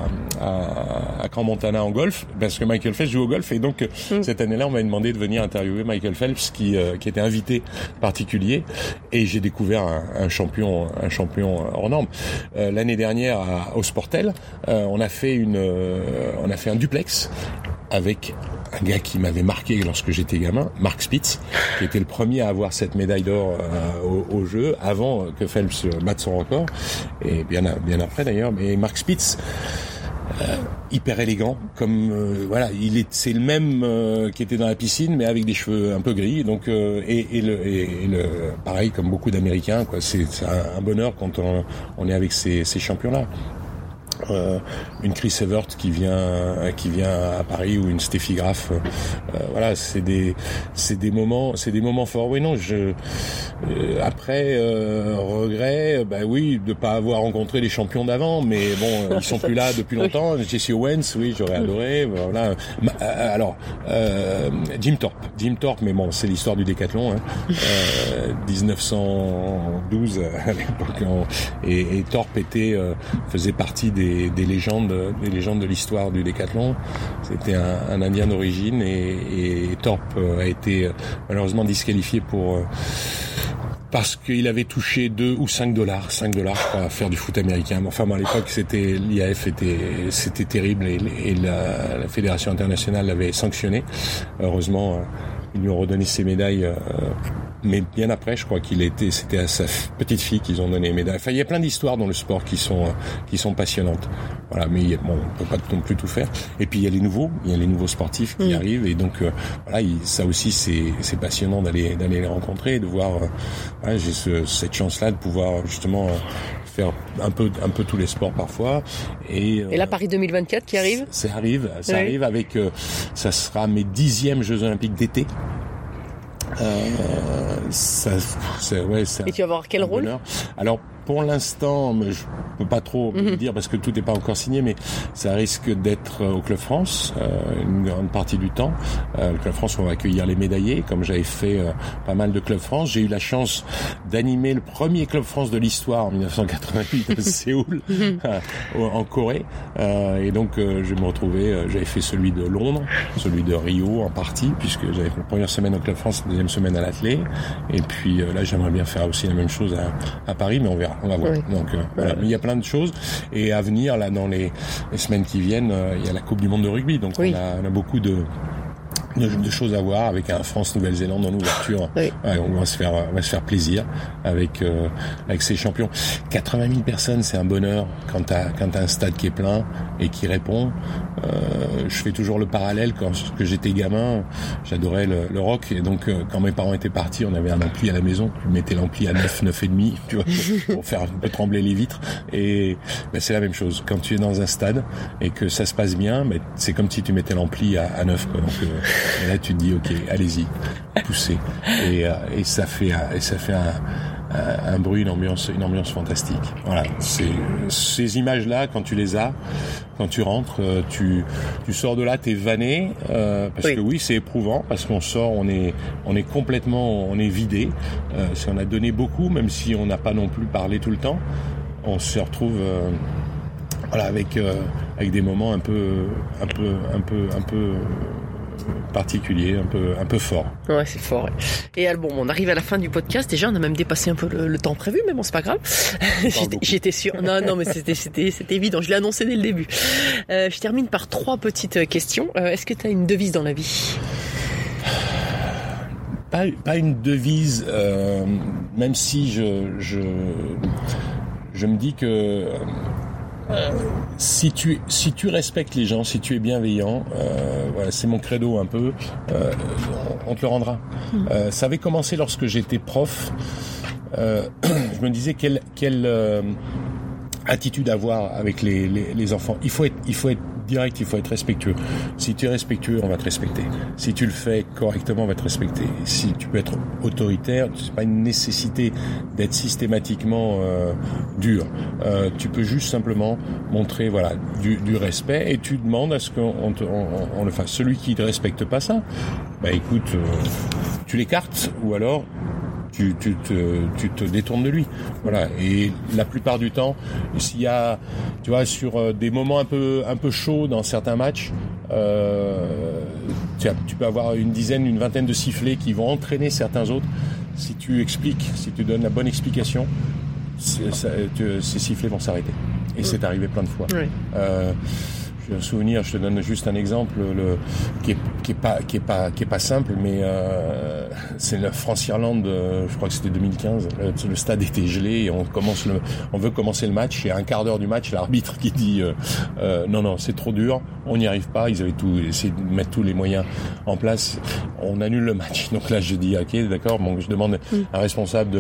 à, à Crans-Montana en golf, parce que Michael Phelps joue au golf, et donc mm. cette année-là, on m'a demandé de venir interviewer Michael Phelps, qui euh, qui était invité particulier, et j'ai découvert un, un champion, un champion hors norme. Euh, l'année dernière à, au Sportel, euh, on a fait une, euh, on a fait un duplex avec un gars qui m'avait marqué lorsque j'étais gamin, Mark Spitz, qui était le premier à avoir cette médaille d'or euh, au, au jeu, avant que Phelps batte son record, et bien, bien après d'ailleurs. Mais Mark Spitz, euh, hyper élégant, comme euh, voilà, il est, c'est le même euh, qui était dans la piscine, mais avec des cheveux un peu gris. Donc euh, et, et le, et, et le, pareil comme beaucoup d'Américains, quoi. C'est, c'est un, un bonheur quand on, on est avec ces, ces champions-là. Euh, une Chris Evert qui vient qui vient à Paris, ou une Steffi Graf, euh, voilà, c'est des c'est des moments c'est des moments forts. Oui, non, je euh, après euh, regret, bah oui, de pas avoir rencontré les champions d'avant, mais bon, ils sont plus là depuis longtemps. Jesse Owens, oui, j'aurais adoré, voilà. Alors euh, Jim Thorpe, Jim Thorpe, mais bon, c'est l'histoire du décathlon, hein. euh, dix-neuf cent douze à l'époque, on, et, et Thorpe était euh, faisait partie des Des, des légendes, des légendes de l'histoire du décathlon. C'était un, un Indien d'origine, et, et Thorpe a été malheureusement disqualifié pour parce qu'il avait touché deux ou cinq dollars, cinq dollars, je crois, à faire du foot américain. Enfin, bon, à l'époque, c'était l'I A F était, c'était terrible, et, et la, la fédération internationale l'avait sanctionné. Heureusement, ils lui ont redonné ses médailles. Euh, mais bien après, je crois qu'il était, c'était à sa petite fille qu'ils ont donné les médailles. Enfin, il y a plein d'histoires dans le sport qui sont, qui sont passionnantes. Voilà, mais bon, on peut pas non plus tout faire. Et puis il y a les nouveaux, il y a les nouveaux sportifs qui mmh. arrivent, et donc euh, voilà, il, ça aussi c'est, c'est passionnant d'aller, d'aller les rencontrer, et de voir. Euh, voilà, j'ai ce, cette chance-là de pouvoir justement euh, faire un peu, un peu tous les sports parfois. Et, euh, et là, Paris deux mille vingt-quatre qui arrive. Ça arrive, ça oui. arrive avec, euh, ça sera mes dixièmes Jeux Olympiques d'été. Euh, ça, c'est, ouais, c'est et tu vas avoir quel rôle? Alors, pour l'instant, mais je peux pas trop mm-hmm. dire parce que tout n'est pas encore signé, mais ça risque d'être au Club France euh, une grande partie du temps. Euh, le Club France, on va accueillir les médaillés, comme j'avais fait euh, pas mal de Club France. J'ai eu la chance d'animer le premier Club France de l'histoire en dix-neuf cent quatre-vingt-huit à Séoul, euh, en Corée, euh, et donc euh, je vais me retrouver. Euh, j'avais fait celui de Londres, celui de Rio en partie, puisque j'avais fait la première semaine au Club France, la deuxième semaine à l'athlé, et puis euh, là j'aimerais bien faire aussi la même chose à, à Paris, mais on verra. On va voir. Oui. Donc euh, voilà. Mais il y a plein de choses, et à venir là dans les, les semaines qui viennent, euh, il y a la Coupe du Monde de rugby, donc oui. on, a, on a beaucoup de, de de choses à voir avec un France-Nouvelle-Zélande en ouverture. Oui. Ouais, on va se faire on va se faire plaisir avec euh, avec ces champions. quatre-vingt mille personnes, c'est un bonheur quand t'as quand t'as un stade qui est plein et qui répond. Euh, je fais toujours le parallèle, quand que j'étais gamin, j'adorais le, le rock, et donc euh, quand mes parents étaient partis, on avait un ampli à la maison. Je mettais l'ampli à neuf, neuf et demi, tu vois, pour, pour faire un peu trembler les vitres. Et ben, c'est la même chose. Quand tu es dans un stade et que ça se passe bien, ben, c'est comme si tu mettais l'ampli à, à neuf, quoi. Donc euh, et là tu te dis ok, allez-y, poussez. Et, euh, et ça fait et ça fait un Un, un bruit, une ambiance, une ambiance fantastique. Voilà, c'est ces images-là, quand tu les as, quand tu rentres, tu tu sors de là, t'es vanné, euh, parce oui. que oui, c'est éprouvant, parce qu'on sort, on est on est complètement, on est vidé. Euh, si on a donné beaucoup, même si on n'a pas non plus parlé tout le temps, on se retrouve, euh, voilà, avec euh, avec des moments un peu un peu un peu un peu particulier, un peu un peu fort. Ouais, c'est fort. Ouais. Et alors, bon, on arrive à la fin du podcast. Déjà, on a même dépassé un peu le, le temps prévu, mais bon, c'est pas grave. j'étais, j'étais sûr. Non, non, mais c'était c'était c'était évident. Je l'ai annoncé dès le début. Euh, je termine par trois petites questions. Euh, est-ce que tu as une devise dans la vie? Pas pas une devise, euh, même si je je je me dis que Euh, si tu si tu respectes les gens, si tu es bienveillant, euh, voilà, c'est mon credo un peu. Euh, on, on te le rendra. Mmh. Euh, ça avait commencé lorsque j'étais prof. Euh, je me disais quel quel euh, attitude à avoir avec les, les, les enfants. Il faut être, il faut être direct, il faut être respectueux. Si tu es respectueux, on va te respecter. Si tu le fais correctement, on va te respecter. Si tu peux être autoritaire, c'est pas une nécessité d'être systématiquement euh, dur. Euh, tu peux juste simplement montrer, voilà, du, du respect, et tu demandes à ce qu'on te, on, on le fasse. Celui qui ne respecte pas ça, bah écoute, euh, tu l'écartes, ou alors Tu, tu, te, tu te détournes de lui. Voilà. Et la plupart du temps, s'il y a, tu vois, sur des moments un peu, un peu chauds dans certains matchs, euh, tu, as, tu peux avoir une dizaine, une vingtaine de sifflets qui vont entraîner certains autres. Si tu expliques, si tu donnes la bonne explication, c'est, ça, tu, ces sifflets vont s'arrêter. Et oui. C'est arrivé plein de fois. Oui. Euh, J'ai un souvenir, je te donne juste un exemple, le, qui est, qui est pas, qui est pas, qui est pas simple, mais euh, c'est la France-Irlande, je crois que c'était deux mille quinze. Le, le stade était gelé et on commence le, on veut commencer le match. Et à un quart d'heure du match, l'arbitre qui dit euh, euh, non, non, c'est trop dur, on n'y arrive pas. Ils avaient tout, essayé de mettre tous les moyens en place. On annule le match. Donc là, je dis ok, d'accord. Bon, je demande mm. à un responsable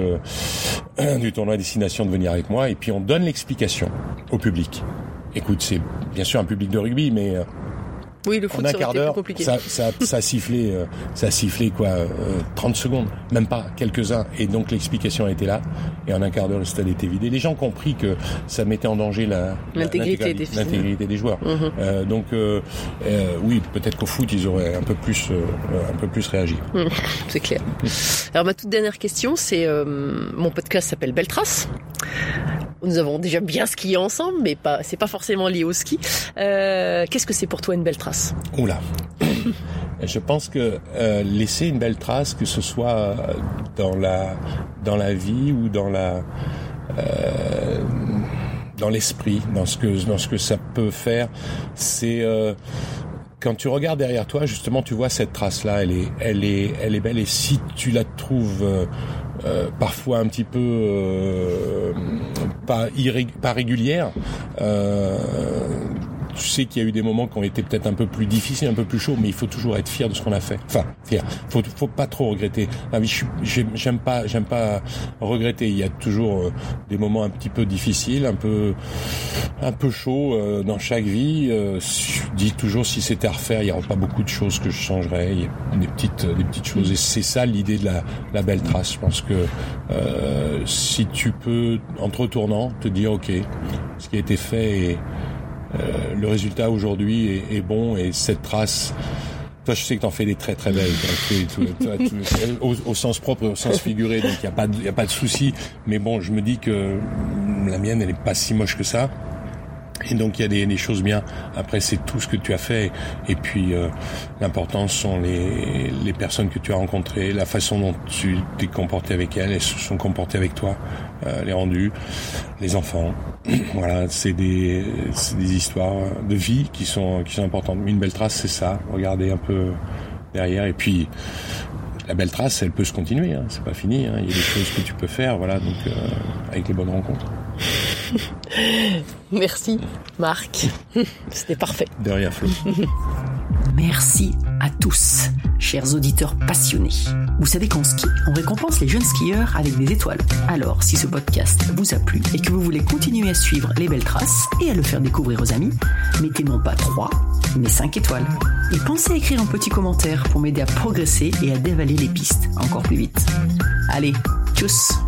de, du tournoi Destination de venir avec moi, et puis on donne l'explication au public. Écoute, c'est bien sûr un public de rugby, mais euh, oui, le foot, en un quart d'heure, ça, ça, ça a sifflé, euh, ça a sifflé quoi, euh, trente secondes, même pas, quelques-uns. Et donc l'explication a été là, et en un quart d'heure, le stade était vidé. Les gens ont compris que ça mettait en danger la, l'intégrité, des, l'intégrité des joueurs. Mmh. Euh, donc euh, euh, oui, peut-être qu'au foot, ils auraient un peu plus, euh, un peu plus réagi. Mmh, c'est clair. Alors ma toute dernière question, c'est euh, mon podcast s'appelle Belle Trace. Nous avons déjà bien skié ensemble, mais pas, c'est pas forcément lié au ski. Euh, qu'est-ce que c'est pour toi une belle trace ? Oula. Je pense que euh, laisser une belle trace, que ce soit dans la dans la vie ou dans la euh, dans l'esprit, dans ce que dans ce que ça peut faire, c'est euh, quand tu regardes derrière toi, justement, tu vois cette trace-là, elle est elle est elle est belle, et si tu la trouves euh, Euh, parfois un petit peu euh, pas, irrég- pas régulière, euh, tu sais qu'il y a eu des moments qui ont été peut-être un peu plus difficiles, un peu plus chauds, mais il faut toujours être fier de ce qu'on a fait. Enfin, fier. Faut, faut pas trop regretter. Ah, je suis, j'aime pas, j'aime pas regretter. Il y a toujours euh, des moments un petit peu difficiles, un peu, un peu chauds euh, dans chaque vie. Euh, je dis toujours, si c'était à refaire, il y aurait pas beaucoup de choses que je changerais. Il y a des petites, des petites choses. Et c'est ça l'idée de la, la belle trace. Je pense que euh, si tu peux, en te retournant, te dire, ok, ce qui a été fait est Euh, le résultat aujourd'hui est, est bon, et cette trace, toi je sais que t'en fais des très très belles, fait, tout, toi, tout, au, au sens propre et au sens figuré, donc il y a pas de, y a pas de souci, mais bon, je me dis que la mienne elle est pas si moche que ça. Et donc il y a des, des choses bien. Après c'est tout ce que tu as fait, et puis euh, l'important sont les, les personnes que tu as rencontrées, la façon dont tu t'es comporté avec elles, elles se sont comportées avec toi, euh, les rendus, les enfants. Voilà, c'est des, c'est des histoires de vie qui sont, qui sont importantes. Mais une belle trace, c'est ça. Regardez un peu derrière, et puis la belle trace, elle peut se continuer. Hein. C'est pas fini. Hein. Il y a des choses que tu peux faire. Voilà, donc euh, avec les bonnes rencontres. Merci Marc, c'était parfait. De rien, Flo. Merci à tous, chers auditeurs passionnés. Vous savez qu'en ski, on récompense les jeunes skieurs avec des étoiles. Alors, si ce podcast vous a plu et que vous voulez continuer à suivre les belles traces et à le faire découvrir aux amis, mettez non pas trois, mais cinq étoiles. Et pensez à écrire un petit commentaire pour m'aider à progresser et à dévaler les pistes encore plus vite. Allez, tchuss!